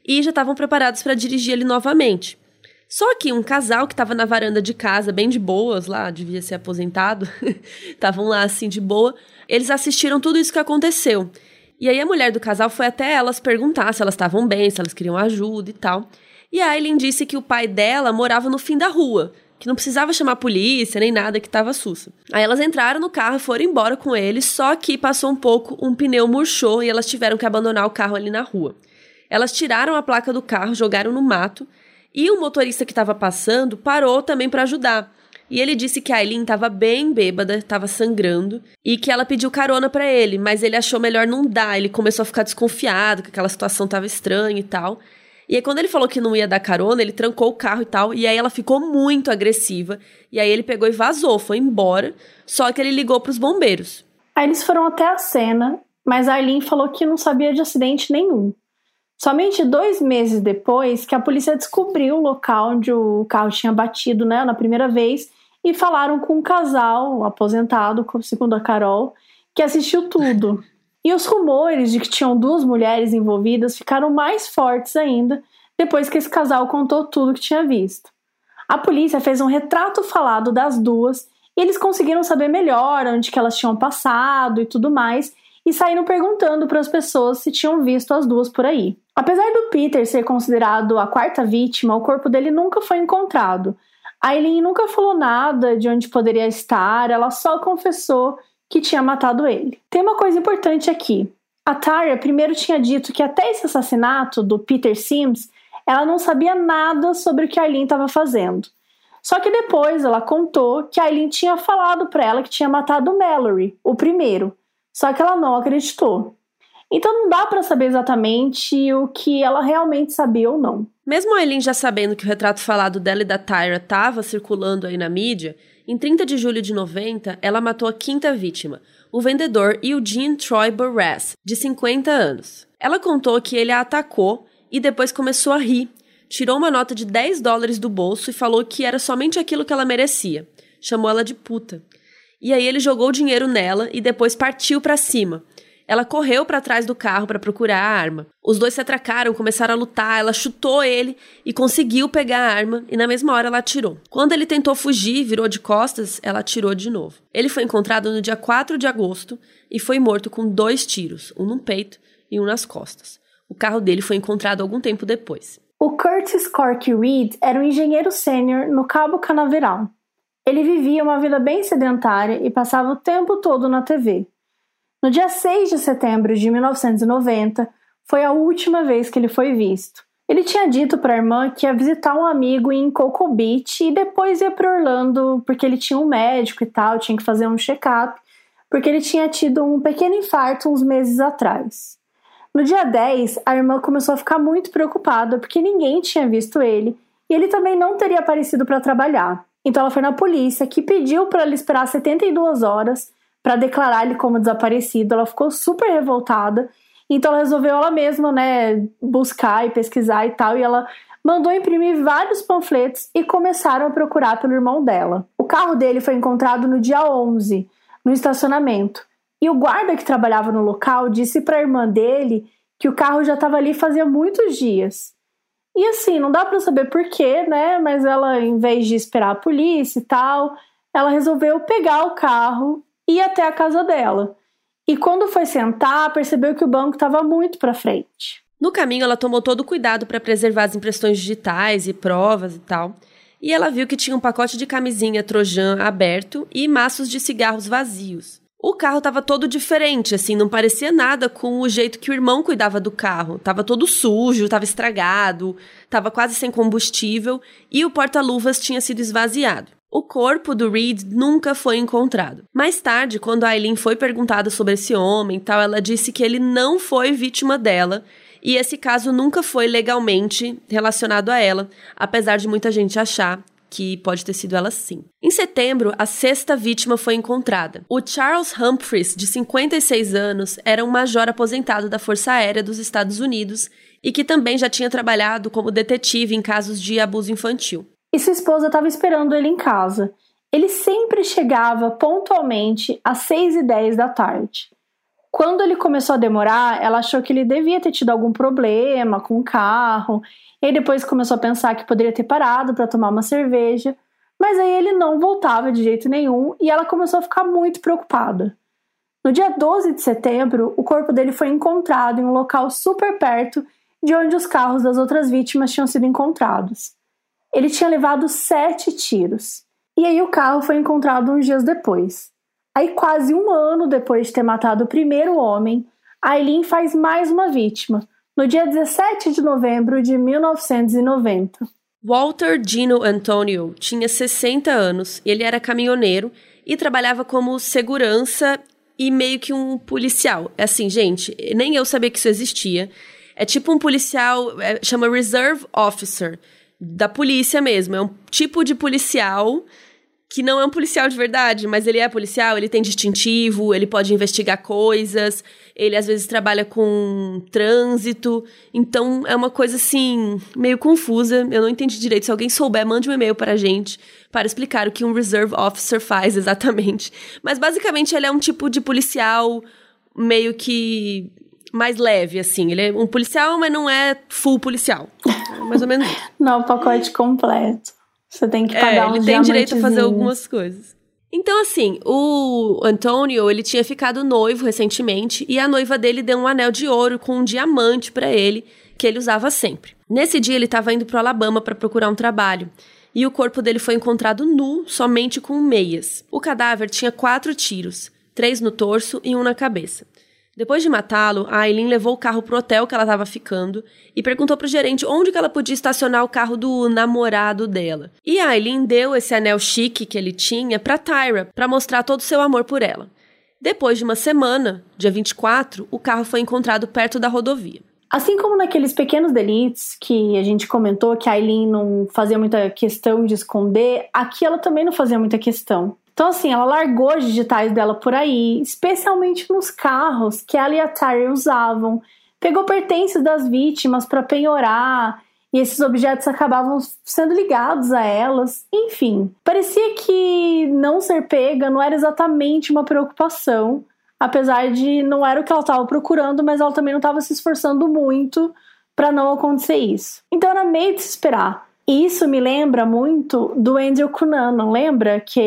e já estavam preparados para dirigir ele novamente. Só que um casal que estava na varanda de casa, bem de boas lá, devia ser aposentado, estavam lá assim de boa, eles assistiram tudo isso que aconteceu. E aí a mulher do casal foi até elas perguntar se elas estavam bem, se elas queriam ajuda e tal. E a Aileen disse que o pai dela morava no fim da rua, que não precisava chamar a polícia nem nada, que estava sussa. Aí elas entraram no carro e foram embora com ele, só que passou um pouco, um pneu murchou e elas tiveram que abandonar o carro ali na rua. Elas tiraram a placa do carro, jogaram no mato, e o motorista que estava passando parou também para ajudar. E ele disse que a Aileen estava bem bêbada, estava sangrando, e que ela pediu carona para ele, mas ele achou melhor não dar, ele começou a ficar desconfiado, que aquela situação estava estranha e tal. E aí quando ele falou que não ia dar carona, ele trancou o carro e tal, e aí ela ficou muito agressiva, e aí ele pegou e vazou, foi embora, só que ele ligou para os bombeiros. Aí eles foram até a cena, mas a Aileen falou que não sabia de acidente nenhum. Somente 2 meses depois que a polícia descobriu o local onde o carro tinha batido, né, na primeira vez, e falaram com um casal aposentado, segundo a Carol, que assistiu tudo. E os rumores de que tinham 2 mulheres envolvidas ficaram mais fortes ainda depois que esse casal contou tudo que tinha visto. A polícia fez um retrato falado das 2 e eles conseguiram saber melhor onde que elas tinham passado e tudo mais, e saíram perguntando para as pessoas se tinham visto as 2 por aí. Apesar do Peter ser considerado a 4ª vítima, o corpo dele nunca foi encontrado. A Aileen nunca falou nada de onde poderia estar, ela só confessou que tinha matado ele. Tem uma coisa importante aqui. A Tara primeiro tinha dito que até esse assassinato do Peter Sims, ela não sabia nada sobre o que a Aileen estava fazendo. Só que depois ela contou que a Aileen tinha falado para ela que tinha matado o Mallory, o primeiro. Só que ela não acreditou. Então não dá para saber exatamente o que ela realmente sabia ou não. Mesmo a Aileen já sabendo que o retrato falado dela e da Tyra estava circulando aí na mídia, em 30 de julho de 90, ela matou a 5ª vítima, o vendedor Eugene Troy Barras, de 50 anos. Ela contou que ele a atacou e depois começou a rir, tirou uma nota de $10 do bolso e falou que era somente aquilo que ela merecia. Chamou ela de puta. E aí ele jogou o dinheiro nela e depois partiu pra cima. Ela correu para trás do carro para procurar a arma. Os dois se atracaram, começaram a lutar, ela chutou ele e conseguiu pegar a arma, e na mesma hora ela atirou. Quando ele tentou fugir, virou de costas, ela atirou de novo. Ele foi encontrado no dia 4 de agosto e foi morto com 2 tiros, um no peito e um nas costas. O carro dele foi encontrado algum tempo depois. O Curtis Corky Reed era um engenheiro sênior no Cabo Canaveral. Ele vivia uma vida bem sedentária e passava o tempo todo na TV. No dia 6 de setembro de 1990, foi a última vez que ele foi visto. Ele tinha dito para a irmã que ia visitar um amigo em Cocoa Beach e depois ia para Orlando porque ele tinha um médico e tal, tinha que fazer um check-up, porque ele tinha tido um pequeno infarto uns meses atrás. No dia 10, a irmã começou a ficar muito preocupada porque ninguém tinha visto ele e ele também não teria aparecido para trabalhar. Então ela foi na polícia, que pediu para ela esperar 72 horas para declarar ele como desaparecido. Ela ficou super revoltada, então ela resolveu ela mesma, buscar e pesquisar e tal, e ela mandou imprimir vários panfletos e começaram a procurar pelo irmão dela. O carro dele foi encontrado no dia 11, no estacionamento, e o guarda que trabalhava no local disse para a irmã dele que o carro já estava ali fazia muitos dias. E assim, não dá para saber porquê, mas ela, em vez de esperar a polícia e tal, ela resolveu pegar o carro e ir até a casa dela. E quando foi sentar, percebeu que o banco estava muito para frente. No caminho, ela tomou todo o cuidado para preservar as impressões digitais e provas e tal. E ela viu que tinha um pacote de camisinha Trojan aberto e maços de cigarros vazios. O carro estava todo diferente, assim, não parecia nada com o jeito que o irmão cuidava do carro. Tava todo sujo, tava estragado, tava quase sem combustível e o porta-luvas tinha sido esvaziado. O corpo do Reed nunca foi encontrado. Mais tarde, quando a Aileen foi perguntada sobre esse homem e tal, ela disse que ele não foi vítima dela e esse caso nunca foi legalmente relacionado a ela, apesar de muita gente achar que pode ter sido ela sim. Em setembro, a 6ª vítima foi encontrada. O Charles Humphreys, de 56 anos, era um major aposentado da Força Aérea dos Estados Unidos e que também já tinha trabalhado como detetive em casos de abuso infantil. E sua esposa estava esperando ele em casa. Ele sempre chegava pontualmente às 6h10 da tarde. Quando ele começou a demorar, ela achou que ele devia ter tido algum problema com o carro. E aí depois começou a pensar que poderia ter parado para tomar uma cerveja. Mas aí ele não voltava de jeito nenhum e ela começou a ficar muito preocupada. No dia 12 de setembro, o corpo dele foi encontrado em um local super perto de onde os carros das outras vítimas tinham sido encontrados. Ele tinha levado 7 tiros. E aí o carro foi encontrado uns dias depois. Aí, quase um ano depois de ter matado o primeiro homem, Aileen faz mais uma vítima, no dia 17 de novembro de 1990. Walter Gino Antonio tinha 60 anos, ele era caminhoneiro e trabalhava como segurança e meio que um policial. É assim, gente, nem eu sabia que isso existia. É tipo um policial, chama Reserve Officer, da polícia mesmo. É um tipo de policial que não é um policial de verdade, mas ele é policial, ele tem distintivo, ele pode investigar coisas, ele às vezes trabalha com trânsito, então é uma coisa assim, meio confusa, eu não entendi direito. Se alguém souber, mande um e-mail para a gente para explicar o que um Reserve Officer faz exatamente. Mas basicamente ele é um tipo de policial meio que mais leve, assim. Ele é um policial, mas não é full policial. É mais ou menos isso. Não, o pacote completo. Você tem que pagar ele tem direito a fazer algumas coisas. Então, assim, o Antonio, ele tinha ficado noivo recentemente e a noiva dele deu um anel de ouro com um diamante pra ele, que ele usava sempre. Nesse dia, ele estava indo pro Alabama para procurar um trabalho e o corpo dele foi encontrado nu, somente com meias. O cadáver tinha 4 tiros, 3 no torso e 1 na cabeça. Depois de matá-lo, a Aileen levou o carro pro hotel que ela estava ficando e perguntou pro gerente onde que ela podia estacionar o carro do namorado dela. E a Aileen deu esse anel chique que ele tinha pra Tyra, pra mostrar todo o seu amor por ela. Depois de uma semana, dia 24, o carro foi encontrado perto da rodovia. Assim como naqueles pequenos delitos que a gente comentou que a Aileen não fazia muita questão de esconder, aqui ela também não fazia muita questão. Então, assim, ela largou os digitais dela por aí, especialmente nos carros que ela e a Tyra usavam. Pegou pertences das vítimas para penhorar, e esses objetos acabavam sendo ligados a elas. Enfim, parecia que não ser pega não era exatamente uma preocupação, apesar de não era o que ela estava procurando, mas ela também não estava se esforçando muito para não acontecer isso. Então era meio de se esperar. E isso me lembra muito do Andrew Cunanan, lembra? Que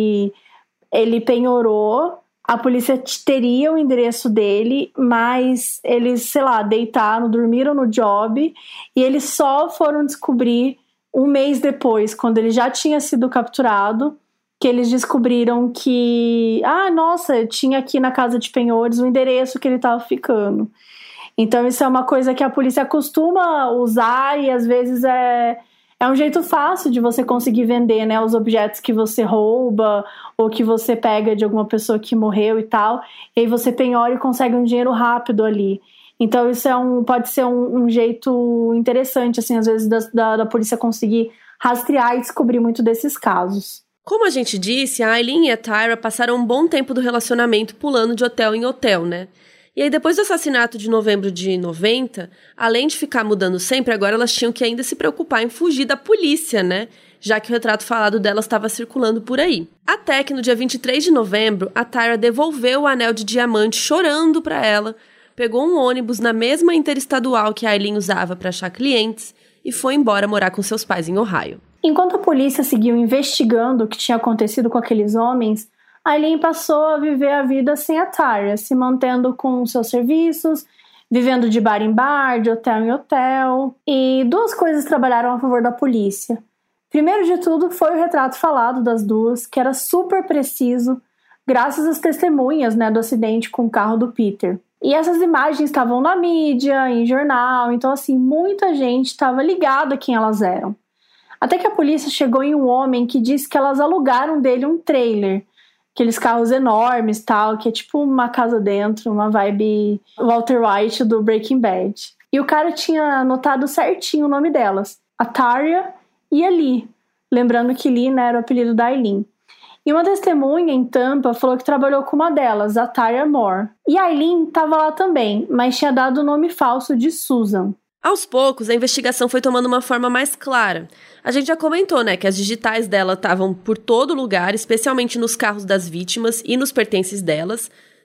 ele penhorou, a polícia teria o endereço dele, mas eles, sei lá, deitaram, dormiram no job, e eles só foram descobrir um mês depois, quando ele já tinha sido capturado, que eles descobriram que, nossa, tinha aqui na casa de penhores o endereço que ele estava ficando. Então isso é uma coisa que a polícia costuma usar e às vezes é um jeito fácil de você conseguir vender, né, os objetos que você rouba ou que você pega de alguma pessoa que morreu e tal, e aí você penhora e consegue um dinheiro rápido ali. Então isso pode ser um jeito interessante, assim, às vezes da polícia conseguir rastrear e descobrir muito desses casos. Como a gente disse, a Aileen e a Tyra passaram um bom tempo do relacionamento pulando de hotel em hotel, né? E aí, depois do assassinato de novembro de 90, além de ficar mudando sempre, agora elas tinham que ainda se preocupar em fugir da polícia, né? Já que o retrato falado delas estava circulando por aí. Até que no dia 23 de novembro, a Tyra devolveu o anel de diamante chorando para ela, pegou um ônibus na mesma interestadual que a Aileen usava para achar clientes e foi embora morar com seus pais em Ohio. Enquanto a polícia seguiu investigando o que tinha acontecido com aqueles homens, Aileen passou a viver a vida sem a Tyra, se mantendo com seus serviços, vivendo de bar em bar, de hotel em hotel. E 2 coisas trabalharam a favor da polícia. Primeiro de tudo foi o retrato falado das duas, que era super preciso, graças às testemunhas, né, do acidente com o carro do Peter. E essas imagens estavam na mídia, em jornal, então assim, muita gente estava ligada a quem elas eram. Até que a polícia chegou em um homem que disse que elas alugaram dele um trailer, aqueles carros enormes, tal, que é tipo uma casa dentro, uma vibe Walter White do Breaking Bad. E o cara tinha anotado certinho o nome delas, a Tarja e a Lee, lembrando que Lee, né, era o apelido da Aileen. E uma testemunha em Tampa falou que trabalhou com uma delas, a Tyra Moore. E a Aileen estava lá também, mas tinha dado o nome falso de Susan. Aos poucos, a investigação foi tomando uma forma mais clara. A gente já comentou, né, que as digitais dela estavam por todo lugar, especialmente nos carros das vítimas e nos pertences delas.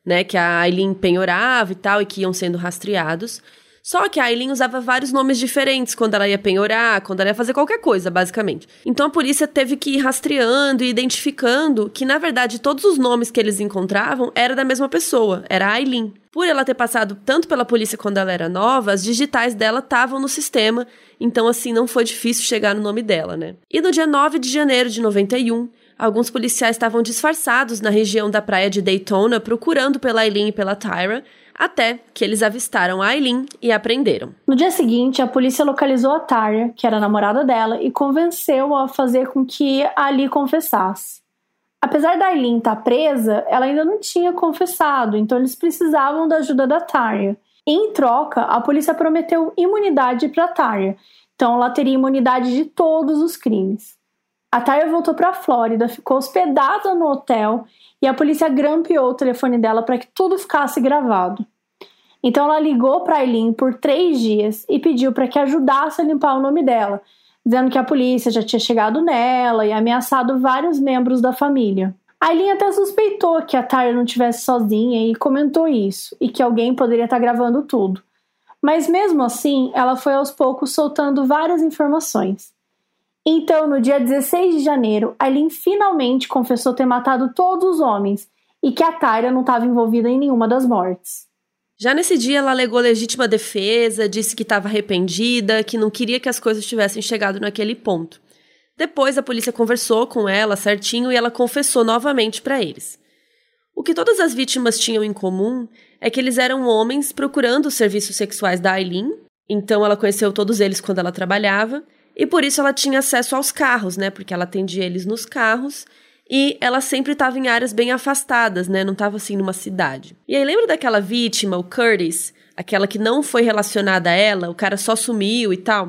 né, que a Aileen penhorava e tal, e que iam sendo rastreados. Só que a Aileen usava vários nomes diferentes quando ela ia penhorar, quando ela ia fazer qualquer coisa, basicamente. Então a polícia teve que ir rastreando e identificando que, na verdade, todos os nomes que eles encontravam eram da mesma pessoa, era a Aileen. Por ela ter passado tanto pela polícia quando ela era nova, as digitais dela estavam no sistema, então assim não foi difícil chegar no nome dela, né? E no dia 9 de janeiro de 91, alguns policiais estavam disfarçados na região da praia de Daytona procurando pela Aileen e pela Tyra, até que eles avistaram a Aileen e a prenderam. No dia seguinte, a polícia localizou a Tyra, que era a namorada dela, e convenceu-a a fazer com que a Ali confessasse. Apesar da Aileen estar presa, ela ainda não tinha confessado, então eles precisavam da ajuda da Tyra. Em troca, a polícia prometeu imunidade para a Tyra, então ela teria imunidade de todos os crimes. A Tyra voltou para a Flórida, ficou hospedada no hotel e a polícia grampeou o telefone dela para que tudo ficasse gravado. Então ela ligou para a Aileen por 3 dias e pediu para que ajudasse a limpar o nome dela, dizendo que a polícia já tinha chegado nela e ameaçado vários membros da família. A Aileen até suspeitou que a Tyra não estivesse sozinha e comentou isso, e que alguém poderia estar gravando tudo. Mas mesmo assim, ela foi aos poucos soltando várias informações. Então, no dia 16 de janeiro, Aileen finalmente confessou ter matado todos os homens e que a Tyra não estava envolvida em nenhuma das mortes. Já nesse dia, ela alegou legítima defesa, disse que estava arrependida, que não queria que as coisas tivessem chegado naquele ponto. Depois, a polícia conversou com ela certinho e ela confessou novamente para eles. O que todas as vítimas tinham em comum é que eles eram homens procurando os serviços sexuais da Aileen, então ela conheceu todos eles quando ela trabalhava, e por isso ela tinha acesso aos carros, né? Porque ela atendia eles nos carros e ela sempre estava em áreas bem afastadas, né? Não estava assim numa cidade. E aí lembra daquela vítima, o Curtis? Aquela que não foi relacionada a ela, o cara só sumiu e tal?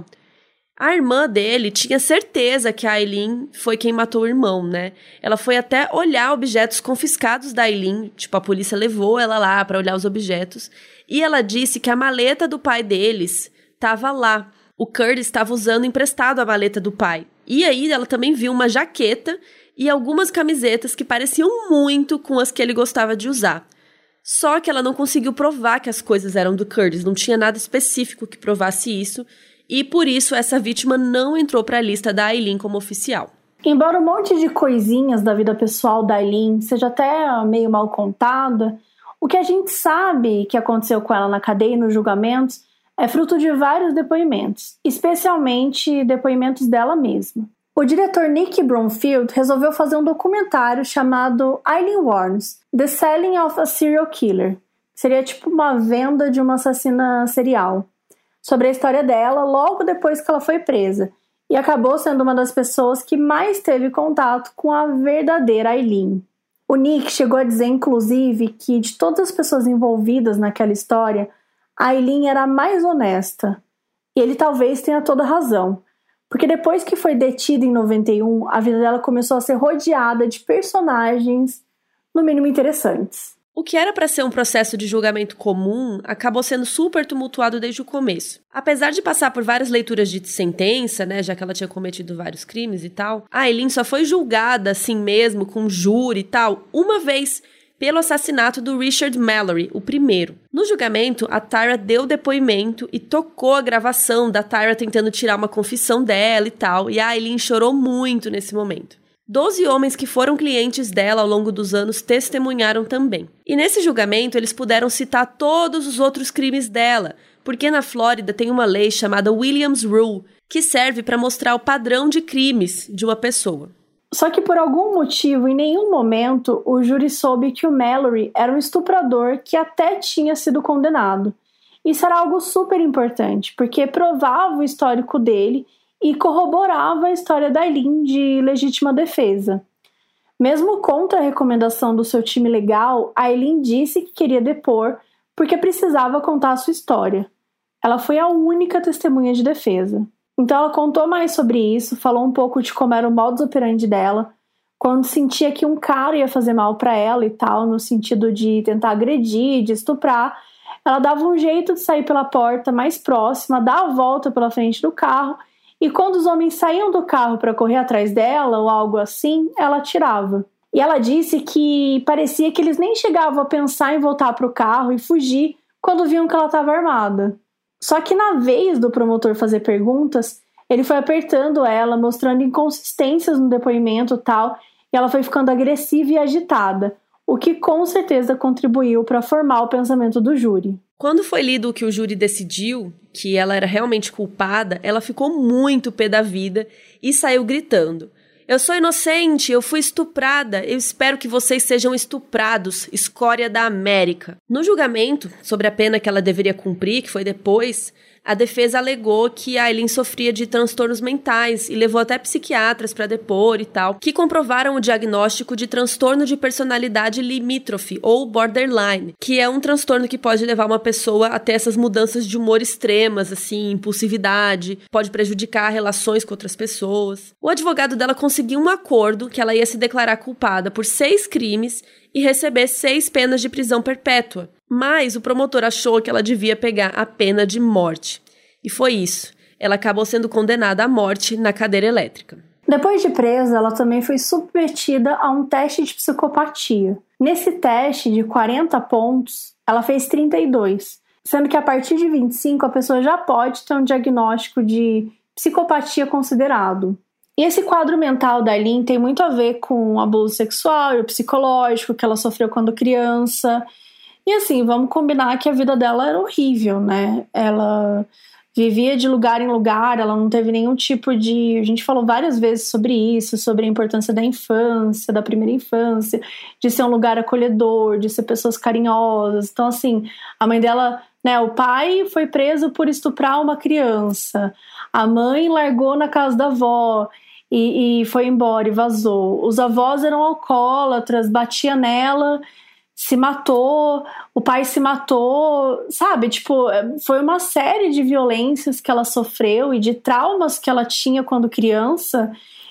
A irmã dele tinha certeza que a Aileen foi quem matou o irmão, né? Ela foi até olhar objetos confiscados da Aileen, tipo, a polícia levou ela lá para olhar os objetos, e ela disse que a maleta do pai deles estava lá. O Curtis estava usando emprestado a maleta do pai. E aí ela também viu uma jaqueta e algumas camisetas que pareciam muito com as que ele gostava de usar. Só que ela não conseguiu provar que as coisas eram do Curtis, não tinha nada específico que provasse isso, e por isso essa vítima não entrou para a lista da Aileen como oficial. Embora um monte de coisinhas da vida pessoal da Aileen seja até meio mal contada, o que a gente sabe que aconteceu com ela na cadeia e nos julgamentos é fruto de vários depoimentos, especialmente depoimentos dela mesma. O diretor Nick Bromfield resolveu fazer um documentário chamado Aileen Wuornos, The Selling of a Serial Killer. Seria tipo uma venda de uma assassina serial, sobre a história dela logo depois que ela foi presa, e acabou sendo uma das pessoas que mais teve contato com a verdadeira Aileen. O Nick chegou a dizer, inclusive, que de todas as pessoas envolvidas naquela história, a Aileen era a mais honesta. E ele talvez tenha toda razão, porque depois que foi detida em 91, a vida dela começou a ser rodeada de personagens, no mínimo interessantes. O que era para ser um processo de julgamento comum acabou sendo super tumultuado desde o começo. Apesar de passar por várias leituras de sentença, né, já que ela tinha cometido vários crimes e tal, a Aileen só foi julgada assim mesmo, com júri e tal, uma vez, pelo assassinato do Richard Mallory, o primeiro. No julgamento, a Tyra deu depoimento e tocou a gravação da Tyra tentando tirar uma confissão dela e tal, e a Aileen chorou muito nesse momento. 12 homens que foram clientes dela ao longo dos anos testemunharam também. E nesse julgamento, eles puderam citar todos os outros crimes dela, porque na Flórida tem uma lei chamada Williams Rule, que serve para mostrar o padrão de crimes de uma pessoa. Só que por algum motivo, em nenhum momento, o júri soube que o Mallory era um estuprador que até tinha sido condenado. Isso era algo super importante, porque provava o histórico dele e corroborava a história da Aileen de legítima defesa. Mesmo contra a recomendação do seu time legal, a Aileen disse que queria depor porque precisava contar a sua história. Ela foi a única testemunha de defesa. Então ela contou mais sobre isso, falou um pouco de como era o modus operandi dela, quando sentia que um cara ia fazer mal para ela e tal, no sentido de tentar agredir, de estuprar, ela dava um jeito de sair pela porta mais próxima, dar a volta pela frente do carro, e quando os homens saíam do carro para correr atrás dela ou algo assim, ela atirava. E ela disse que parecia que eles nem chegavam a pensar em voltar para o carro e fugir quando viam que ela estava armada. Só que na vez do promotor fazer perguntas, ele foi apertando ela, mostrando inconsistências no depoimento e tal, e ela foi ficando agressiva e agitada, o que com certeza contribuiu para formar o pensamento do júri. Quando foi lido o que o júri decidiu, que ela era realmente culpada, ela ficou muito pé da vida e saiu gritando: "Eu sou inocente, eu fui estuprada, eu espero que vocês sejam estuprados, escória da América." No julgamento, sobre a pena que ela deveria cumprir, que foi depois, a defesa alegou que a Aileen sofria de transtornos mentais e levou até psiquiatras para depor e tal, que comprovaram o diagnóstico de transtorno de personalidade limítrofe, ou borderline, que é um transtorno que pode levar uma pessoa a ter essas mudanças de humor extremas, assim, impulsividade, pode prejudicar relações com outras pessoas. O advogado dela conseguiu um acordo que ela ia se declarar culpada por 6 crimes e receber 6 penas de prisão perpétua. Mas o promotor achou que ela devia pegar a pena de morte. E foi isso. Ela acabou sendo condenada à morte na cadeira elétrica. Depois de presa, ela também foi submetida a um teste de psicopatia. Nesse teste de 40 pontos, ela fez 32, sendo que a partir de 25 a pessoa já pode ter um diagnóstico de psicopatia considerado. E esse quadro mental da Aileen tem muito a ver com o abuso sexual e o psicológico que ela sofreu quando criança. E assim, vamos combinar que a vida dela era horrível, né? Ela vivia de lugar em lugar, ela não teve nenhum tipo de... A gente falou várias vezes sobre isso, sobre a importância da infância, da primeira infância, de ser um lugar acolhedor, de ser pessoas carinhosas. Então, assim, a mãe dela, né? O pai foi preso por estuprar uma criança. A mãe largou na casa da avó e foi embora e vazou. Os avós eram alcoólatras, batia nela, se matou, o pai se matou, sabe? Tipo, foi uma série de violências que ela sofreu e de traumas que ela tinha quando criança,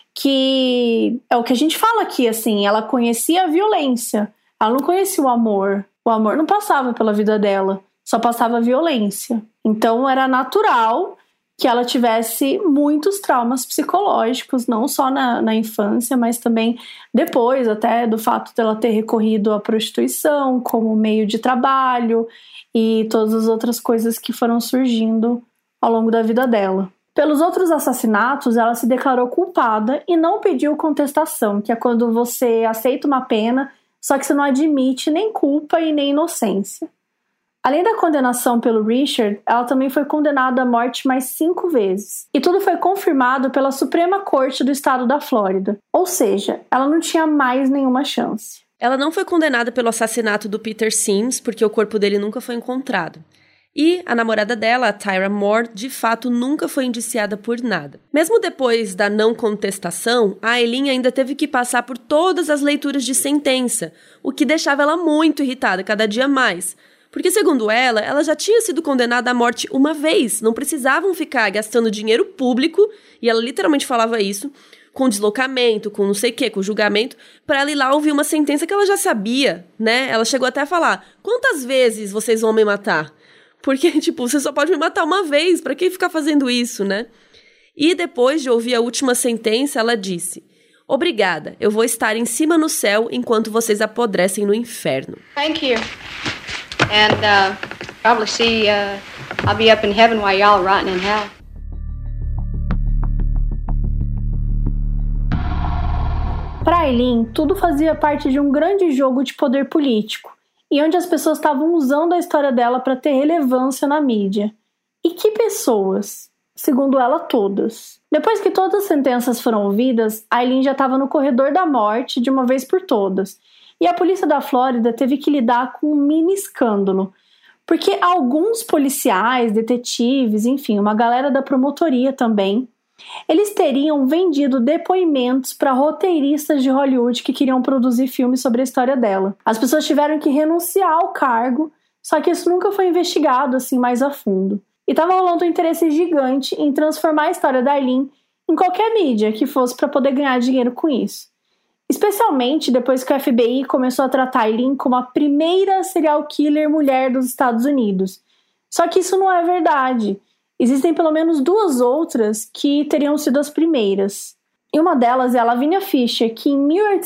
que é o que a gente fala aqui, assim, ela conhecia a violência, ela não conhecia o amor não passava pela vida dela, só passava a violência. Então era natural que ela tivesse muitos traumas psicológicos, não só na infância, mas também depois, até do fato dela ter recorrido à prostituição como meio de trabalho e todas as outras coisas que foram surgindo ao longo da vida dela. Pelos outros assassinatos, ela se declarou culpada e não pediu contestação, que é quando você aceita uma pena, só que você não admite nem culpa e nem inocência. Além da condenação pelo Richard, ela também foi condenada à morte mais 5 vezes. E tudo foi confirmado pela Suprema Corte do Estado da Flórida. Ou seja, ela não tinha mais nenhuma chance. Ela não foi condenada pelo assassinato do Peter Sims, porque o corpo dele nunca foi encontrado. E a namorada dela, a Tyra Moore, de fato nunca foi indiciada por nada. Mesmo depois da não contestação, a Aileen ainda teve que passar por todas as leituras de sentença, o que deixava ela muito irritada, cada dia mais. Porque, segundo ela já tinha sido condenada à morte uma vez. Não precisavam ficar gastando dinheiro público, e ela literalmente falava isso, com deslocamento, com não sei o quê, com julgamento, pra ela ir lá ouvir uma sentença que ela já sabia, né? Ela chegou até a falar: quantas vezes vocês vão me matar? Porque, tipo, você só pode me matar uma vez, pra que ficar fazendo isso, né? E depois de ouvir a última sentença, ela disse: obrigada, eu vou estar em cima no céu enquanto vocês apodrecem no inferno. Thank you. And probably see I'll be up in heaven while y'all are rotting in hell. Para Aileen, tudo fazia parte de um grande jogo de poder político, e onde as pessoas estavam usando a história dela para ter relevância na mídia. E que pessoas? Segundo ela, todas. Depois que todas as sentenças foram ouvidas, Aileen já estava no corredor da morte de uma vez por todas. E a polícia da Flórida teve que lidar com um mini escândalo, porque alguns policiais, detetives, enfim, uma galera da promotoria também, eles teriam vendido depoimentos para roteiristas de Hollywood que queriam produzir filmes sobre a história dela. As pessoas tiveram que renunciar ao cargo, só que isso nunca foi investigado assim mais a fundo. E estava rolando um interesse gigante em transformar a história da Aileen em qualquer mídia que fosse para poder ganhar dinheiro com isso. Especialmente depois que o FBI começou a tratar a Aileen como a primeira serial killer mulher dos Estados Unidos. Só que isso não é verdade. Existem pelo menos 2 outras que teriam sido as primeiras. E uma delas é a Lavinia Fisher, que em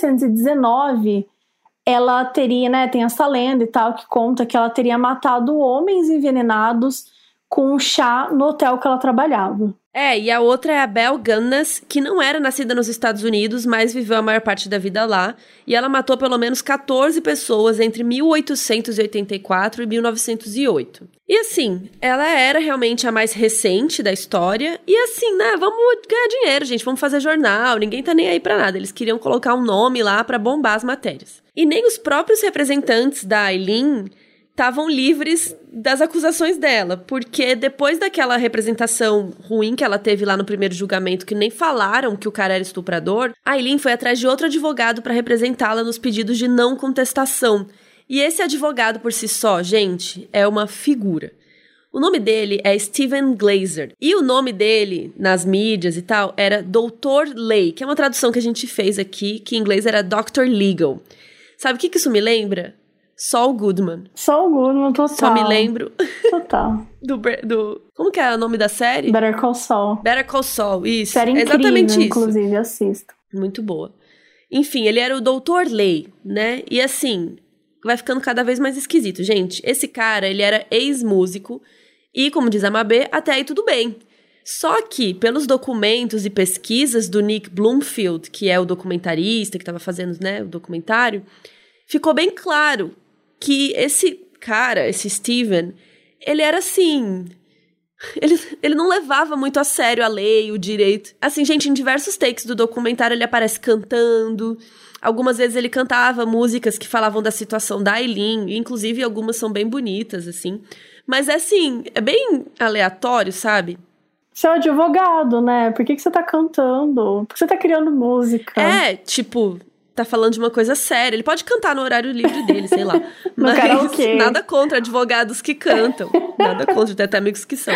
1819 ela teria, né, tem essa lenda e tal, que conta que ela teria matado homens envenenados com um chá no hotel que ela trabalhava. E a outra é a Belle Gunness, que não era nascida nos Estados Unidos, mas viveu a maior parte da vida lá. E ela matou pelo menos 14 pessoas entre 1884 e 1908. E assim, ela era realmente a mais recente da história. E assim, né, vamos ganhar dinheiro, gente, vamos fazer jornal, ninguém tá nem aí pra nada. Eles queriam colocar um nome lá pra bombar as matérias. E nem os próprios representantes da Aileen estavam livres das acusações dela, porque depois daquela representação ruim que ela teve lá no primeiro julgamento, que nem falaram que o cara era estuprador, a Aileen foi atrás de outro advogado para representá-la nos pedidos de não contestação. E esse advogado por si só, gente, é uma figura. O nome dele é Steven Glazer. E o nome dele, nas mídias e tal, era Dr. Lay, que é uma tradução que a gente fez aqui, que em inglês era Dr. Legal. Sabe o que isso me lembra? Saul Goodman. Saul Goodman, total. Só me lembro. Total. do como que é o nome da série? Better Call Saul. Better Call Saul, isso. Série incrível, exatamente isso. Inclusive, assisto. Muito boa. Enfim, ele era o Dr. Lay, né? E assim, vai ficando cada vez mais esquisito. Gente, esse cara, ele era ex-músico e, como diz a Mabê, até aí tudo bem. Só que, pelos documentos e pesquisas do Nick Bloomfield, que é o documentarista que estava fazendo, né, o documentário, ficou bem claro que esse cara, esse Steven, ele era assim... Ele não levava muito a sério a lei, o direito. Assim, gente, em diversos takes do documentário ele aparece cantando. Algumas vezes ele cantava músicas que falavam da situação da Aileen. Inclusive, algumas são bem bonitas, assim. Mas, assim, é bem aleatório, sabe? Você é um advogado, né? Por que você tá cantando? Por que você tá criando música? Tipo... tá falando de uma coisa séria. Ele pode cantar no horário livre dele, sei lá. Mas nada contra advogados que cantam. Nada contra, tem até amigos que são.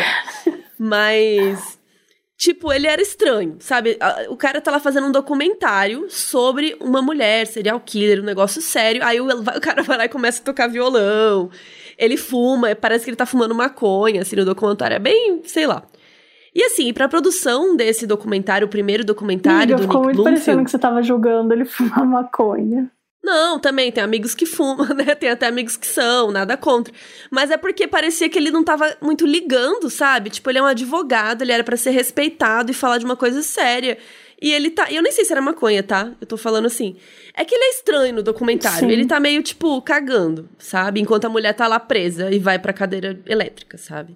Mas, tipo, ele era estranho, sabe? O cara tá lá fazendo um documentário sobre uma mulher, serial killer, um negócio sério. Aí o cara vai lá e começa a tocar violão. Ele fuma, parece que ele tá fumando maconha, assim, no documentário. É bem, sei lá. E assim, pra produção desse documentário, o primeiro documentário do Nick Bloomfield... ficou muito parecendo que você tava julgando ele fumar maconha. Não, também, tem amigos que fumam, né? Tem até amigos que são, nada contra. Mas é porque parecia que ele não tava muito ligando, sabe? Tipo, ele é um advogado, ele era pra ser respeitado e falar de uma coisa séria. E ele tá... Eu nem sei se era maconha, tá? Eu tô falando assim. É que ele é estranho no documentário. Sim. Ele tá meio, tipo, cagando, sabe? Enquanto a mulher tá lá presa e vai pra cadeira elétrica, sabe?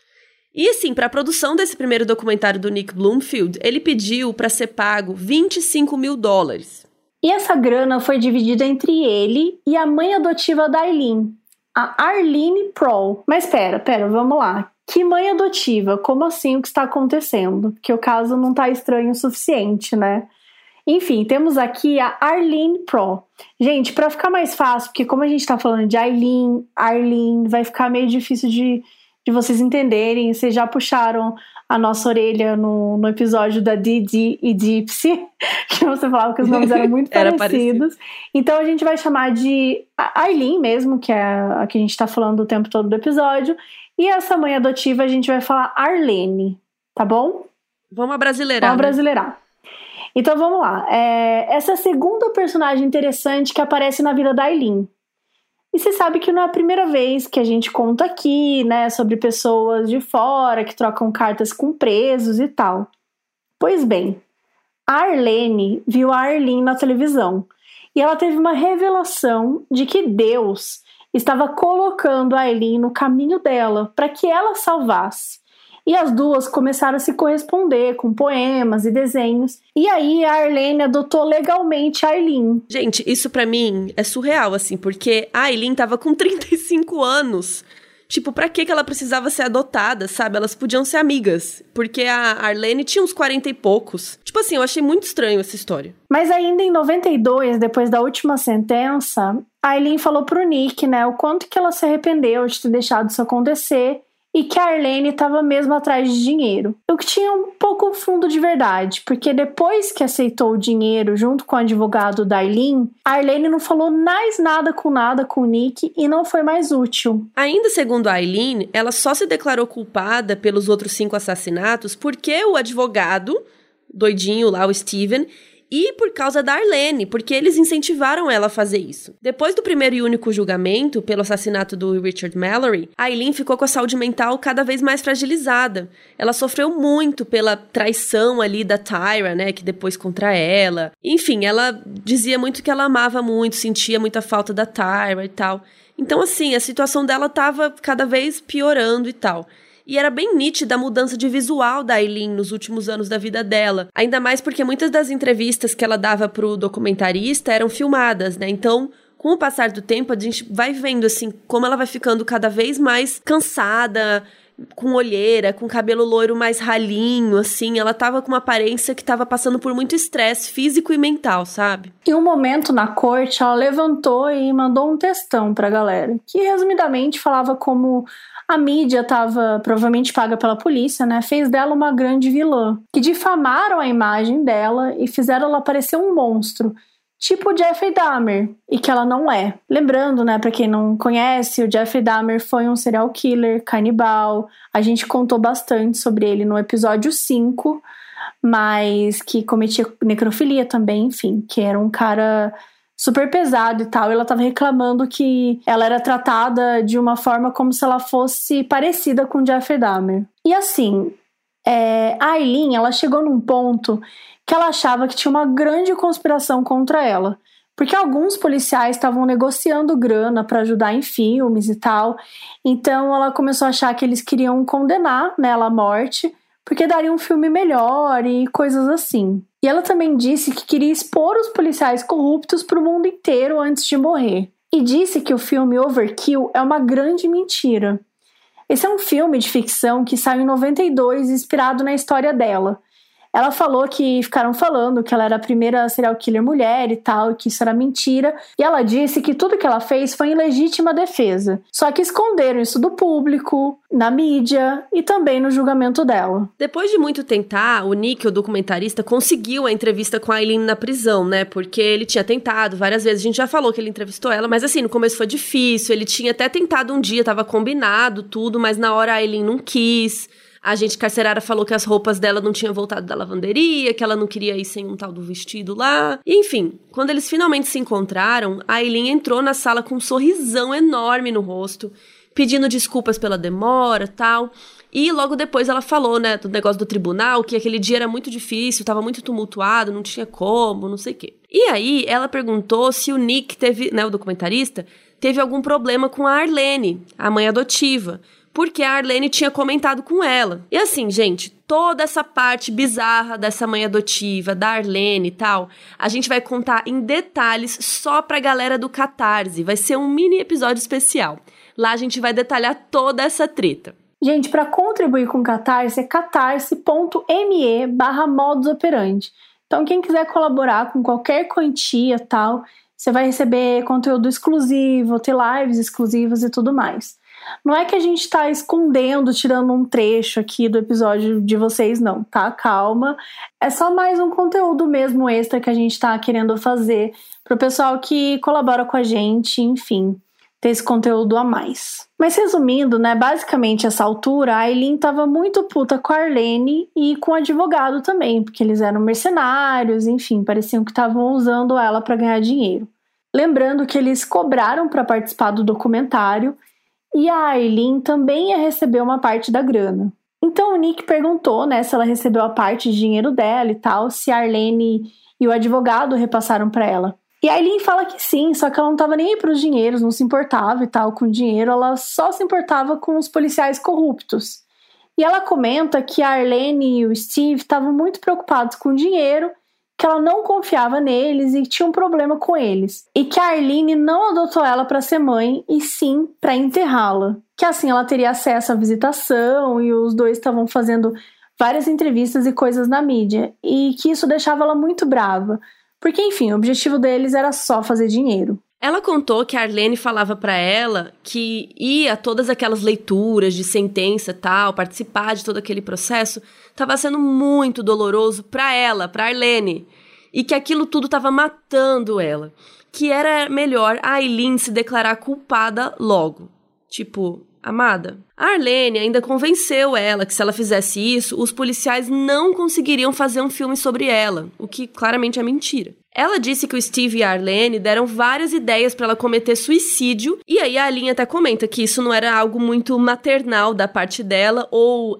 E assim, para a produção desse primeiro documentário do Nick Bloomfield, ele pediu para ser pago $25 mil. E essa grana foi dividida entre ele e a mãe adotiva da Aileen, a Arlene Prohl. Mas pera, vamos lá. Que mãe adotiva? Como assim? O que está acontecendo? Porque o caso não tá estranho o suficiente, né? Enfim, temos aqui a Arlene Prohl. Gente, para ficar mais fácil, porque como a gente tá falando de Aileen, Arlene, vai ficar meio difícil de vocês entenderem. Vocês já puxaram a nossa orelha no episódio da Didi e Gypsy, que você falava que os nomes eram muito parecidos. Então a gente vai chamar de Aileen mesmo, que é a que a gente tá falando o tempo todo do episódio. E essa mãe adotiva a gente vai falar Arlene, tá bom? Vamos abrasileirar. Vamos abrasileirar. Então vamos lá. Essa é a segunda personagem interessante que aparece na vida da Aileen. E você sabe que não é a primeira vez que a gente conta aqui, né, sobre pessoas de fora que trocam cartas com presos e tal. Pois bem, a Arlene viu a Arlene na televisão e ela teve uma revelação de que Deus estava colocando a Arlene no caminho dela para que ela salvasse. E as duas começaram a se corresponder com poemas e desenhos. E aí a Arlene adotou legalmente a Aileen. Gente, isso pra mim é surreal, assim, porque a Aileen tava com 35 anos. Tipo, pra que ela precisava ser adotada, sabe? Elas podiam ser amigas. Porque a Arlene tinha uns 40 e poucos. Tipo assim, eu achei muito estranho essa história. Mas ainda em 92, depois da última sentença, a Aileen falou pro Nick, né, o quanto que ela se arrependeu de ter deixado isso acontecer. E que a Arlene estava mesmo atrás de dinheiro. O que tinha um pouco fundo de verdade, porque depois que aceitou o dinheiro junto com o advogado da Aileen, a Arlene não falou mais nada com o Nick e não foi mais útil. Ainda segundo a Aileen, ela só se declarou culpada pelos outros 5 assassinatos porque o advogado doidinho lá, o Steven, e por causa da Arlene, porque eles incentivaram ela a fazer isso. Depois do primeiro e único julgamento, pelo assassinato do Richard Mallory, a Aileen ficou com a saúde mental cada vez mais fragilizada. Ela sofreu muito pela traição ali da Tyra, né, que depois contra ela. Enfim, ela dizia muito que ela amava muito, sentia muita falta da Tyra e tal. Então, assim, a situação dela tava cada vez piorando e tal. E era bem nítida a mudança de visual da Aileen nos últimos anos da vida dela. Ainda mais porque muitas das entrevistas que ela dava pro documentarista eram filmadas, né? Então, com o passar do tempo, a gente vai vendo, assim, como ela vai ficando cada vez mais cansada, com olheira, com cabelo loiro mais ralinho, assim. Ela tava com uma aparência que tava passando por muito estresse físico e mental, sabe? Em um momento na corte, ela levantou e mandou um textão pra galera, que resumidamente falava como a mídia estava provavelmente paga pela polícia, né? Fez dela uma grande vilã, que difamaram a imagem dela e fizeram ela parecer um monstro, tipo o Jeffrey Dahmer, e que ela não é. Lembrando, né, pra quem não conhece, o Jeffrey Dahmer foi um serial killer, canibal. A gente contou bastante sobre ele no episódio 5, mas que cometia necrofilia também, enfim, que era um cara super pesado e tal, e ela tava reclamando que ela era tratada de uma forma como se ela fosse parecida com Jeffrey Dahmer. E assim, a Aileen, ela chegou num ponto que ela achava que tinha uma grande conspiração contra ela, porque alguns policiais estavam negociando grana para ajudar em filmes e tal, então ela começou a achar que eles queriam condenar, né, ela à morte, porque daria um filme melhor e coisas assim. E ela também disse que queria expor os policiais corruptos para o mundo inteiro antes de morrer. E disse que o filme Overkill é uma grande mentira. Esse é um filme de ficção que saiu em 92, inspirado na história dela. Ela falou que ficaram falando que ela era a primeira serial killer mulher e tal, e que isso era mentira. E ela disse que tudo que ela fez foi em legítima defesa. Só que esconderam isso do público, na mídia e também no julgamento dela. Depois de muito tentar, o Nick, o documentarista, conseguiu a entrevista com a Aileen na prisão, né? Porque ele tinha tentado várias vezes. A gente já falou que ele entrevistou ela, mas assim, no começo foi difícil. Ele tinha até tentado um dia, tava combinado tudo, mas na hora a Aileen não quis. A agente carcerária falou que as roupas dela não tinham voltado da lavanderia, que ela não queria ir sem um tal do vestido lá. E, enfim, quando eles finalmente se encontraram, a Aileen entrou na sala com um sorrisão enorme no rosto, pedindo desculpas pela demora e tal. E logo depois ela falou, né, do negócio do tribunal, que aquele dia era muito difícil, tava muito tumultuado, não tinha como, não sei o quê. E aí ela perguntou se o Nick teve, né, o documentarista, teve algum problema com a Arlene, a mãe adotiva, porque a Arlene tinha comentado com ela. E assim, gente, toda essa parte bizarra dessa mãe adotiva, da Arlene e tal, a gente vai contar em detalhes só pra galera do Catarse. Vai ser um mini episódio especial. Lá a gente vai detalhar toda essa treta. Gente, para contribuir com o Catarse é catarse.me/modusoperandi. Então, quem quiser colaborar com qualquer quantia e tal, você vai receber conteúdo exclusivo, ter lives exclusivas e tudo mais. Não é que a gente tá escondendo, tirando um trecho aqui do episódio de vocês, não, tá? Calma. É só mais um conteúdo mesmo extra que a gente tá querendo fazer pro pessoal que colabora com a gente, enfim, ter esse conteúdo a mais. Mas resumindo, né, basicamente essa altura, a Aileen tava muito puta com a Arlene e com o advogado também, porque eles eram mercenários, enfim, pareciam que estavam usando ela pra ganhar dinheiro. Lembrando que eles cobraram pra participar do documentário, e a Aileen também ia receber uma parte da grana. Então o Nick perguntou, né, se ela recebeu a parte de dinheiro dela e tal, se a Arlene e o advogado repassaram pra ela. E a Aileen fala que sim, só que ela não tava nem aí pros dinheiros, não se importava e tal com o dinheiro, ela só se importava com os policiais corruptos. E ela comenta que a Arlene e o Steve estavam muito preocupados com o dinheiro, que ela não confiava neles e tinha um problema com eles. E que a Arlene não adotou ela para ser mãe, e sim para enterrá-la. Que assim ela teria acesso à visitação e os dois estavam fazendo várias entrevistas e coisas na mídia. E que isso deixava ela muito brava. Porque, enfim, o objetivo deles era só fazer dinheiro. Ela contou que a Arlene falava pra ela que ia a todas aquelas leituras de sentença e tal, participar de todo aquele processo, tava sendo muito doloroso pra ela, pra Arlene, e que aquilo tudo tava matando ela, que era melhor a Aileen se declarar culpada logo. Tipo, amada, a Arlene ainda convenceu ela que se ela fizesse isso, os policiais não conseguiriam fazer um filme sobre ela, o que claramente é mentira. Ela disse que o Steve e a Arlene deram várias ideias pra ela cometer suicídio, e aí a Aileen até comenta que isso não era algo muito maternal da parte dela ou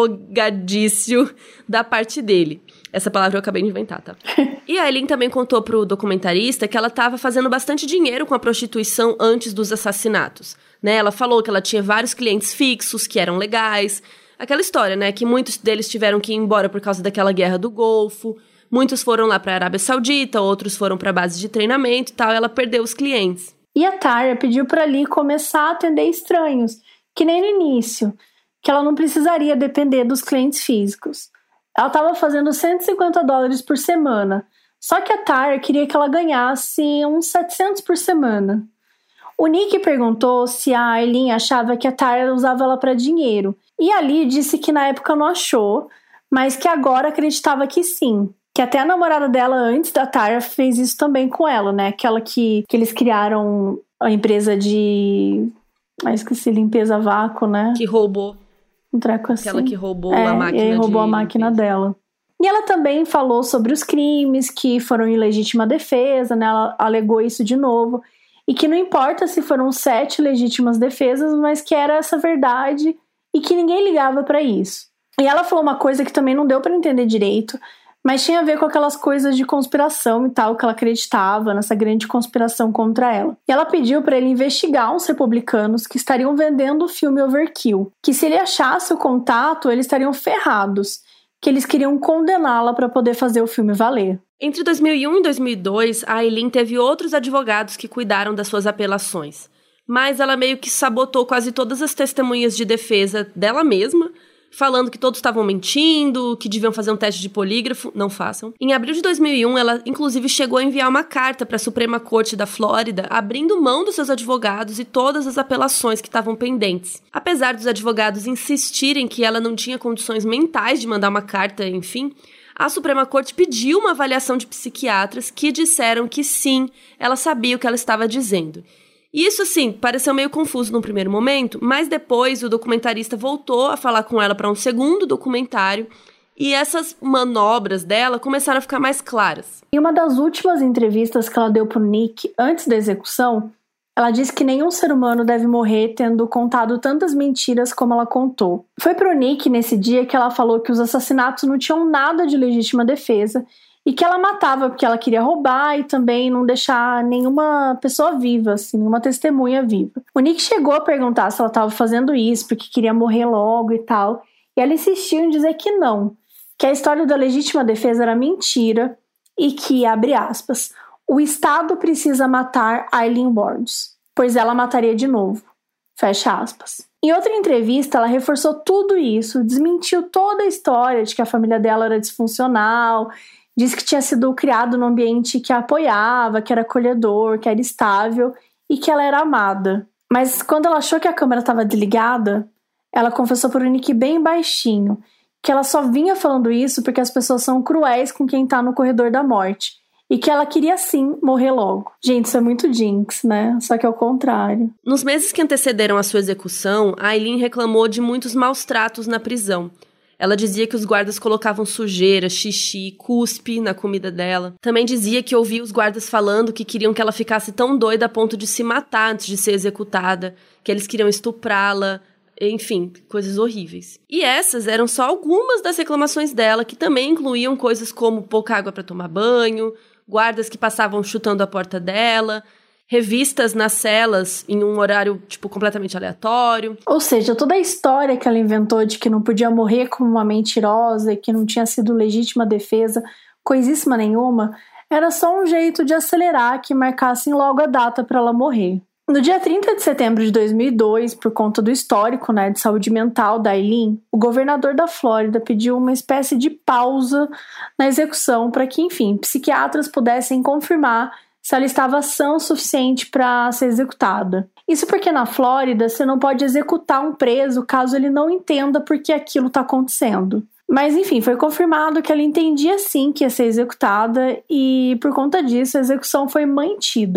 advogadício da parte dele. Essa palavra eu acabei de inventar, tá? E a Aileen também contou pro documentarista que ela estava fazendo bastante dinheiro com a prostituição antes dos assassinatos, né? Ela falou que ela tinha vários clientes fixos, que eram legais. Aquela história, né? Que muitos deles tiveram que ir embora por causa daquela guerra do Golfo. Muitos foram lá pra Arábia Saudita, outros foram pra base de treinamento e tal. E ela perdeu os clientes. E a Tara pediu pra Lee começar a atender estranhos, que nem no início, que ela não precisaria depender dos clientes físicos. Ela estava fazendo $150 por semana, só que a Tara queria que ela ganhasse uns 700 por semana. O Nick perguntou se a Aileen achava que a Tara usava ela para dinheiro, e a Lee disse que na época não achou, mas que agora acreditava que sim, que até a namorada dela antes da Tara fez isso também com ela, né? Aquela que eles criaram a empresa de... esqueci, limpeza a vácuo, né? Que roubou. Um treco assim. Aquela que roubou a máquina. E roubou a máquina dela. E ela também falou sobre os crimes que foram em legítima defesa, né? Ela alegou isso de novo. E que não importa se foram 7 legítimas defesas, mas que era essa verdade e que ninguém ligava pra isso. E ela falou uma coisa que também não deu pra entender direito, mas tinha a ver com aquelas coisas de conspiração e tal, que ela acreditava nessa grande conspiração contra ela. E ela pediu para ele investigar uns republicanos que estariam vendendo o filme Overkill, que se ele achasse o contato, eles estariam ferrados, que eles queriam condená-la para poder fazer o filme valer. Entre 2001 e 2002, a Aileen teve outros advogados que cuidaram das suas apelações, mas ela meio que sabotou quase todas as testemunhas de defesa dela mesma, falando que todos estavam mentindo, que deviam fazer um teste de polígrafo. Não façam. Em abril de 2001, ela inclusive chegou a enviar uma carta para a Suprema Corte da Flórida, abrindo mão dos seus advogados e todas as apelações que estavam pendentes. Apesar dos advogados insistirem que ela não tinha condições mentais de mandar uma carta, enfim, a Suprema Corte pediu uma avaliação de psiquiatras que disseram que sim, ela sabia o que ela estava dizendo. E isso, assim, pareceu meio confuso no primeiro momento, mas depois o documentarista voltou a falar com ela para um segundo documentário e essas manobras dela começaram a ficar mais claras. Em uma das últimas entrevistas que ela deu pro Nick antes da execução, ela disse que nenhum ser humano deve morrer tendo contado tantas mentiras como ela contou. Foi pro Nick nesse dia que ela falou que os assassinatos não tinham nada de legítima defesa e que ela matava porque ela queria roubar e também não deixar nenhuma pessoa viva, assim, nenhuma testemunha viva. O Nick chegou a perguntar se ela estava fazendo isso porque queria morrer logo e tal, e ela insistiu em dizer que não, que a história da legítima defesa era mentira e que, abre aspas, o Estado precisa matar Aileen Wuornos, pois ela mataria de novo, fecha aspas. Em outra entrevista, ela reforçou tudo isso, desmentiu toda a história de que a família dela era disfuncional, disse que tinha sido criado num ambiente que a apoiava, que era acolhedor, que era estável e que ela era amada. Mas quando ela achou que a câmera estava desligada, ela confessou para o Nick bem baixinho que ela só vinha falando isso porque as pessoas são cruéis com quem está no corredor da morte e que ela queria sim morrer logo. Gente, isso é muito Jinx, né? Só que é o contrário. Nos meses que antecederam a sua execução, a Aileen reclamou de muitos maus tratos na prisão. Ela dizia que os guardas colocavam sujeira, xixi, cuspe na comida dela. Também dizia que ouvia os guardas falando que queriam que ela ficasse tão doida a ponto de se matar antes de ser executada, que eles queriam estuprá-la, enfim, coisas horríveis. E essas eram só algumas das reclamações dela, que também incluíam coisas como pouca água para tomar banho, guardas que passavam chutando a porta dela, revistas nas celas em um horário, completamente aleatório. Ou seja, toda a história que ela inventou de que não podia morrer como uma mentirosa e que não tinha sido legítima defesa, coisíssima nenhuma, era só um jeito de acelerar que marcassem logo a data para ela morrer. No dia 30 de setembro de 2002, por conta do histórico, de saúde mental da Aileen, o governador da Flórida pediu uma espécie de pausa na execução para que, enfim, psiquiatras pudessem confirmar se ela estava sã o suficiente para ser executada. Isso porque na Flórida você não pode executar um preso caso ele não entenda por que aquilo está acontecendo. Mas enfim, foi confirmado que ela entendia sim que ia ser executada e por conta disso a execução foi mantida.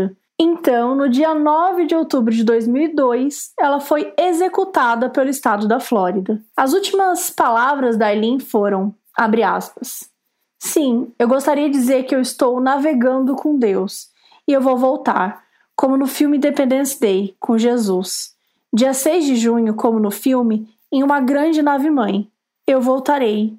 Então, no dia 9 de outubro de 2002, ela foi executada pelo estado da Flórida. As últimas palavras da Aileen foram, abre aspas, sim, eu gostaria de dizer que eu estou navegando com Deus e eu vou voltar, como no filme Independence Day, com Jesus. Dia 6 de junho, como no filme, em uma grande nave-mãe. Eu voltarei.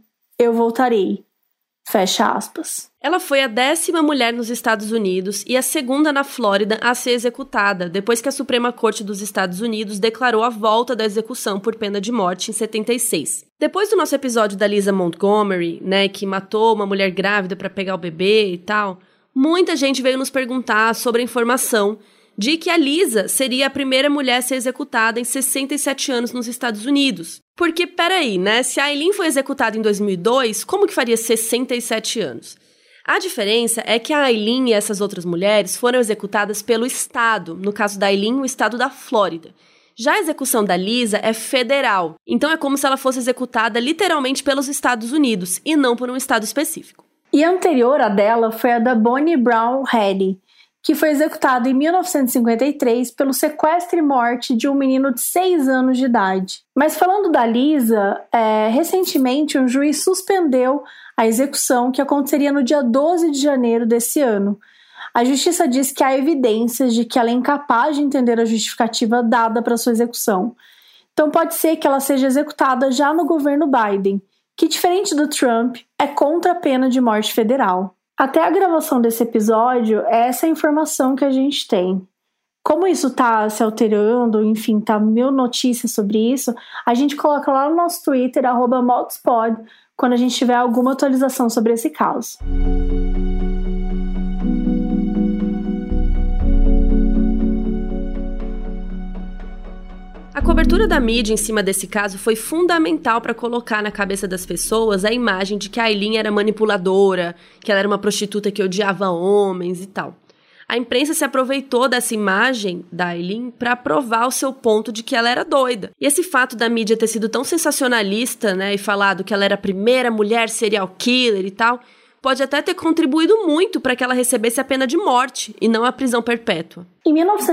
Fecha aspas. Ela foi a 10ª mulher nos Estados Unidos e a 2ª na Flórida a ser executada, depois que a Suprema Corte dos Estados Unidos declarou a volta da execução por pena de morte em 76. Depois do nosso episódio da Lisa Montgomery, né, que matou uma mulher grávida para pegar o bebê e tal, muita gente veio nos perguntar sobre a informação de que a Lisa seria a primeira mulher a ser executada em 67 anos nos Estados Unidos. Porque, peraí, né? Se a Aileen foi executada em 2002, como que faria 67 anos? A diferença é que a Aileen e essas outras mulheres foram executadas pelo estado, no caso da Aileen, o estado da Flórida. Já a execução da Lisa é federal, então é como se ela fosse executada literalmente pelos Estados Unidos, e não por um estado específico. E a anterior a dela foi a da Bonnie Brown Heady, que foi executado em 1953 pelo sequestro e morte de um menino de 6 anos de idade. Mas falando da Lisa, recentemente um juiz suspendeu a execução que aconteceria no dia 12 de janeiro desse ano. A justiça diz que há evidências de que ela é incapaz de entender a justificativa dada para sua execução. Então pode ser que ela seja executada já no governo Biden, que, diferente do Trump, é contra a pena de morte federal. Até a gravação desse episódio, é essa a informação que a gente tem. Como isso tá se alterando, enfim, tá mil notícias sobre isso, a gente coloca lá no nosso Twitter, @modspod, quando a gente tiver alguma atualização sobre esse caso. A cobertura da mídia em cima desse caso foi fundamental para colocar na cabeça das pessoas a imagem de que a Aileen era manipuladora, que ela era uma prostituta que odiava homens e tal. A imprensa se aproveitou dessa imagem da Aileen para provar o seu ponto de que ela era doida. E esse fato da mídia ter sido tão sensacionalista, né, e falado que ela era a primeira mulher serial killer e tal, pode até ter contribuído muito para que ela recebesse a pena de morte e não a prisão perpétua. Em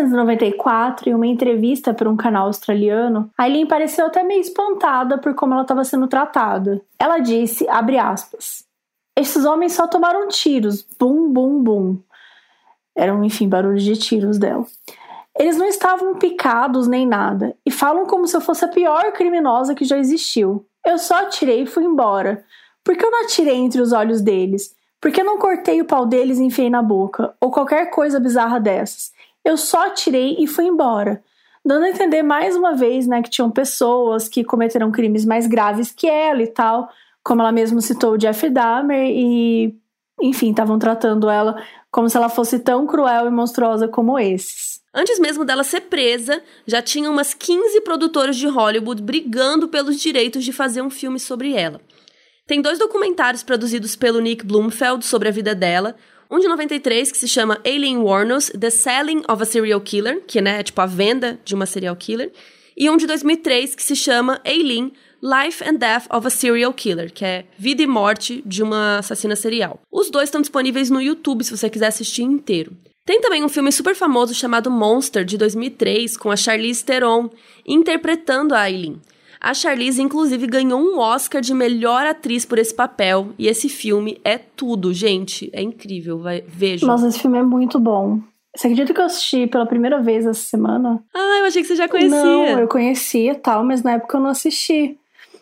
1994, em uma entrevista para um canal australiano, a Aileen pareceu até meio espantada por como ela estava sendo tratada. Ela disse, abre aspas, esses homens só tomaram tiros, bum, bum, bum. Eram, enfim, barulhos de tiros dela. Eles não estavam picados nem nada, e falam como se eu fosse a pior criminosa que já existiu. Eu só atirei e fui embora. Por que eu não atirei entre os olhos deles? Por que eu não cortei o pau deles e enfiei na boca? Ou qualquer coisa bizarra dessas. Eu só atirei e fui embora. Dando a entender mais uma vez, né, que tinham pessoas que cometeram crimes mais graves que ela e tal, como ela mesma citou o Jeffrey Dahmer e, enfim, estavam tratando ela como se ela fosse tão cruel e monstruosa como esses. Antes mesmo dela ser presa, já tinha umas 15 produtoras de Hollywood brigando pelos direitos de fazer um filme sobre ela. Tem 2 documentários produzidos pelo Nick Bloomfeld sobre a vida dela, um de 93 que se chama Aileen Wuornos, The Selling of a Serial Killer, que né, é tipo a venda de uma serial killer, e um de 2003 que se chama Aileen, Life and Death of a Serial Killer, que é Vida e Morte de uma assassina serial. Os 2 estão disponíveis no YouTube se você quiser assistir inteiro. Tem também um filme super famoso chamado Monster, de 2003, com a Charlize Theron, interpretando a Aileen. A Charlize, inclusive, ganhou um Oscar de melhor atriz por esse papel. E esse filme é tudo, gente. É incrível, vejam. Nossa, esse filme é muito bom. Você acredita que eu assisti pela primeira vez essa semana? Ah, eu achei que você já conhecia. Não, eu conhecia tal, mas na época eu não assisti.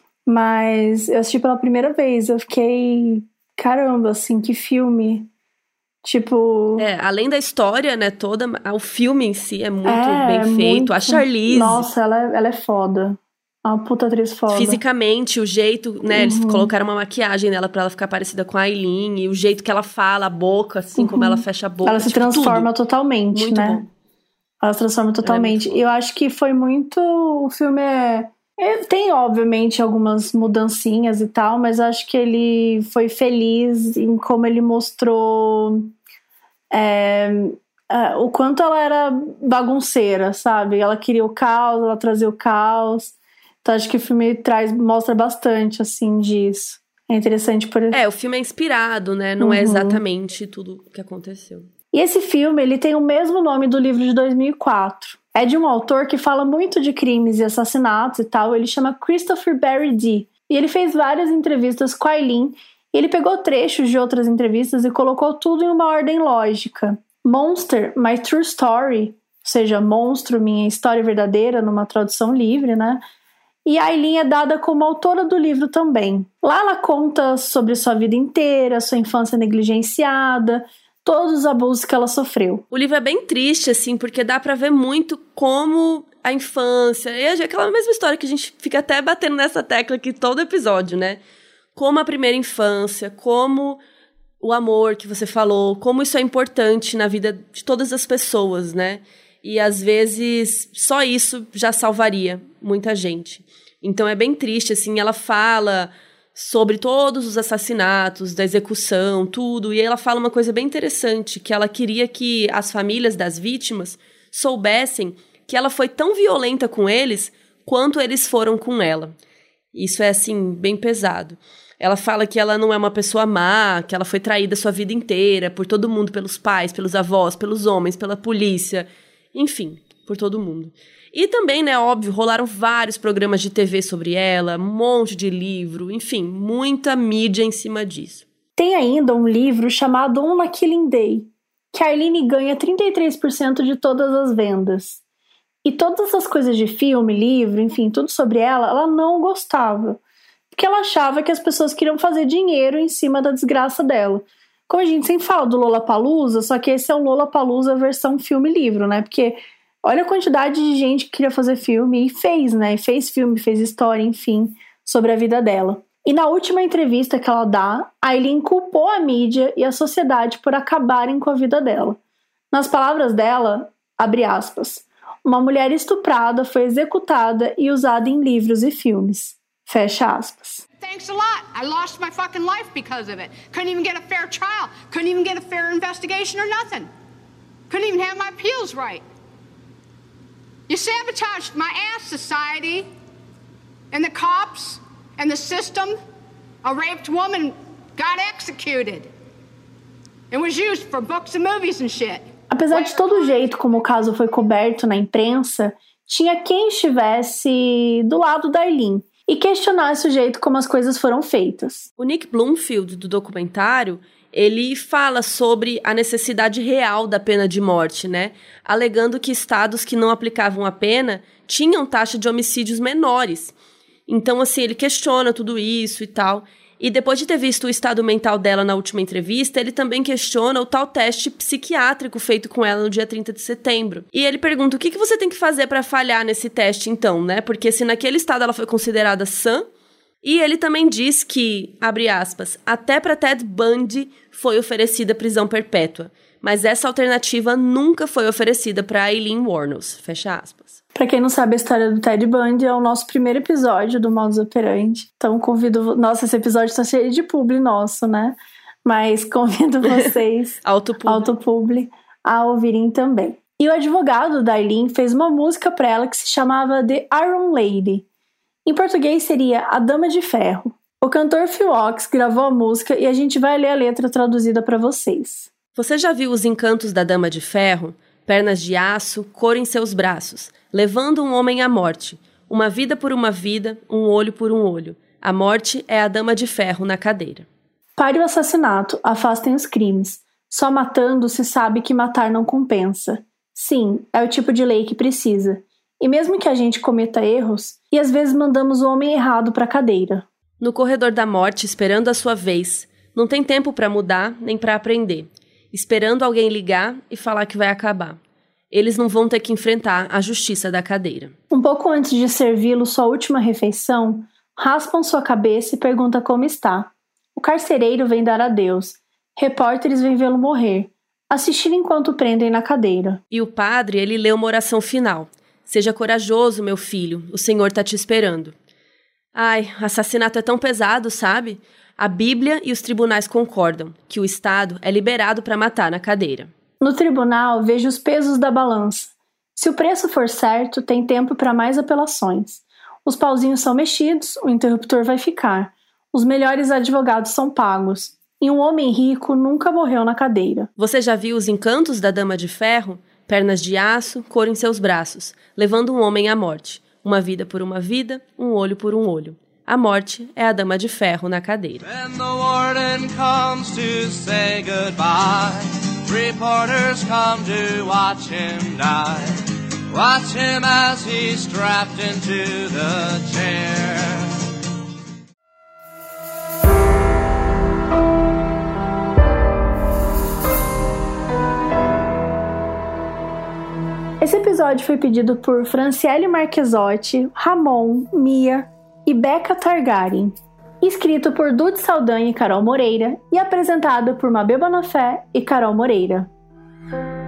Mas eu assisti pela primeira vez. Eu fiquei... Caramba, assim, que filme... Tipo... além da história, né, toda, o filme em si é muito bem feito. Muito... A Charlize... Nossa, ela é foda. Uma puta atriz foda. Fisicamente, o jeito, né, eles colocaram uma maquiagem nela pra ela ficar parecida com a Aileen, e o jeito que ela fala, a boca, assim, como ela fecha a boca. Ela se transforma totalmente, muito né? Bom. Ela se transforma totalmente. E eu acho que foi muito... O filme tem, obviamente, algumas mudancinhas e tal, mas acho que ele foi feliz em como ele mostrou o quanto ela era bagunceira, sabe? Ela queria o caos, ela trazia o caos. Então acho que o filme mostra bastante, assim, disso. É interessante por... o filme é inspirado, né? Não é exatamente tudo o que aconteceu. E esse filme ele tem o mesmo nome do livro de 2004. É de um autor que fala muito de crimes e assassinatos e tal. Ele chama Christopher Barry Dee. E ele fez várias entrevistas com a Aileen. E ele pegou trechos de outras entrevistas e colocou tudo em uma ordem lógica. Monster, My True Story, ou seja, Monstro, Minha História Verdadeira, numa tradução livre, né? E a Aileen é dada como autora do livro também. Lá ela conta sobre sua vida inteira, sua infância negligenciada, todos os abusos que ela sofreu. O livro é bem triste, assim, porque dá pra ver muito como a infância... É aquela mesma história que a gente fica até batendo nessa tecla aqui todo episódio, né? Como a primeira infância, como o amor que você falou, como isso é importante na vida de todas as pessoas, né? E às vezes só isso já salvaria muita gente. Então é bem triste, assim, ela fala sobre todos os assassinatos, da execução, tudo, e ela fala uma coisa bem interessante, que ela queria que as famílias das vítimas soubessem que ela foi tão violenta com eles quanto eles foram com ela. Isso é, assim, bem pesado. Ela fala que ela não é uma pessoa má, que ela foi traída a sua vida inteira por todo mundo, pelos pais, pelos avós, pelos homens, pela polícia, enfim, por todo mundo. E também, né, óbvio, rolaram vários programas de TV sobre ela, um monte de livro, enfim, muita mídia em cima disso. Tem ainda um livro chamado On a Killing Day, que a Aileen ganha 33% de todas as vendas. E todas essas coisas de filme, livro, enfim, tudo sobre ela não gostava. Porque ela achava que as pessoas queriam fazer dinheiro em cima da desgraça dela. Como a gente sempre fala do Lollapalooza, só que esse é o Lollapalooza versão filme-livro, né? Porque olha a quantidade de gente que queria fazer filme e fez, né? Fez filme, fez história, enfim, sobre a vida dela. E na última entrevista que ela dá, a Aileen culpou a mídia e a sociedade por acabarem com a vida dela. Nas palavras dela, abre aspas, uma mulher estuprada foi executada e usada em livros e filmes. Fecha aspas. Thanks a lot. I lost my fucking life because of it. Couldn't even get a fair trial. Couldn't even get a fair investigation or nothing. Couldn't even have my appeals right. You sabotaged my ass, society, and the cops, and the system. A raped woman got executed. It was used for books and movies and shit. Apesar de todo o jeito como o caso foi coberto na imprensa, tinha quem estivesse do lado da Aileen e questionasse o jeito como as coisas foram feitas. O Nick Bloomfield, do documentário, ele fala sobre a necessidade real da pena de morte, né? Alegando que estados que não aplicavam a pena tinham taxa de homicídios menores. Então, assim, ele questiona tudo isso e tal. E depois de ter visto o estado mental dela na última entrevista, ele também questiona o tal teste psiquiátrico feito com ela no dia 30 de setembro. E ele pergunta, o que você tem que fazer pra falhar nesse teste então, né? Porque se naquele estado ela foi considerada sã. E ele também diz que, abre aspas, até pra Ted Bundy foi oferecida prisão perpétua. Mas essa alternativa nunca foi oferecida pra Aileen Wuornos, fecha aspas. Pra quem não sabe, a história do Ted Bundy é o nosso primeiro episódio do Modus Operandi. Então convido... Nossa, esse episódio tá cheio de publi nosso, né? Mas convido vocês... Autopubli a ouvirem também. E o advogado da Aileen fez uma música pra ela que se chamava The Iron Lady. Em português seria A Dama de Ferro. O cantor Phil Ochs gravou a música e a gente vai ler a letra traduzida pra vocês. Você já viu os encantos da Dama de Ferro? Pernas de aço, cor em seus braços, levando um homem à morte. Uma vida por uma vida, um olho por um olho. A morte é a Dama de Ferro na cadeira. Pare o assassinato, afastem os crimes. Só matando se sabe que matar não compensa. Sim, é o tipo de lei que precisa. E mesmo que a gente cometa erros, e às vezes mandamos o homem errado para a cadeira. No corredor da morte, esperando a sua vez. Não tem tempo para mudar, nem para aprender. Esperando alguém ligar e falar que vai acabar. Eles não vão ter que enfrentar a justiça da cadeira. Um pouco antes de servi-lo sua última refeição, raspam sua cabeça e perguntam como está. O carcereiro vem dar adeus. Repórteres vêm vê-lo morrer. Assistir enquanto prendem na cadeira. E o padre, ele lê uma oração final. Seja corajoso, meu filho, o Senhor tá te esperando. Ai, assassinato é tão pesado, sabe? A Bíblia e os tribunais concordam que o Estado é liberado para matar na cadeira. No tribunal, vejo os pesos da balança. Se o preço for certo, tem tempo para mais apelações. Os pauzinhos são mexidos, o interruptor vai ficar. Os melhores advogados são pagos. e um homem rico nunca morreu na cadeira. Você já viu os encantos da Dama de Ferro? Pernas de aço, cor em seus braços, levando um homem à morte. Uma vida por uma vida, um olho por um olho. A morte é a Dama de Ferro na cadeira. When the warden comes to say goodbye, reporters come to watch him die. Watch him as he's strapped into the chair. Esse episódio foi pedido por Franciele Marchesotti, Ramon, Mia e Becca Targaryen, escrito por Dude Saldanha e Carol Moreira e apresentado por Mabê Bonafé e Carol Moreira.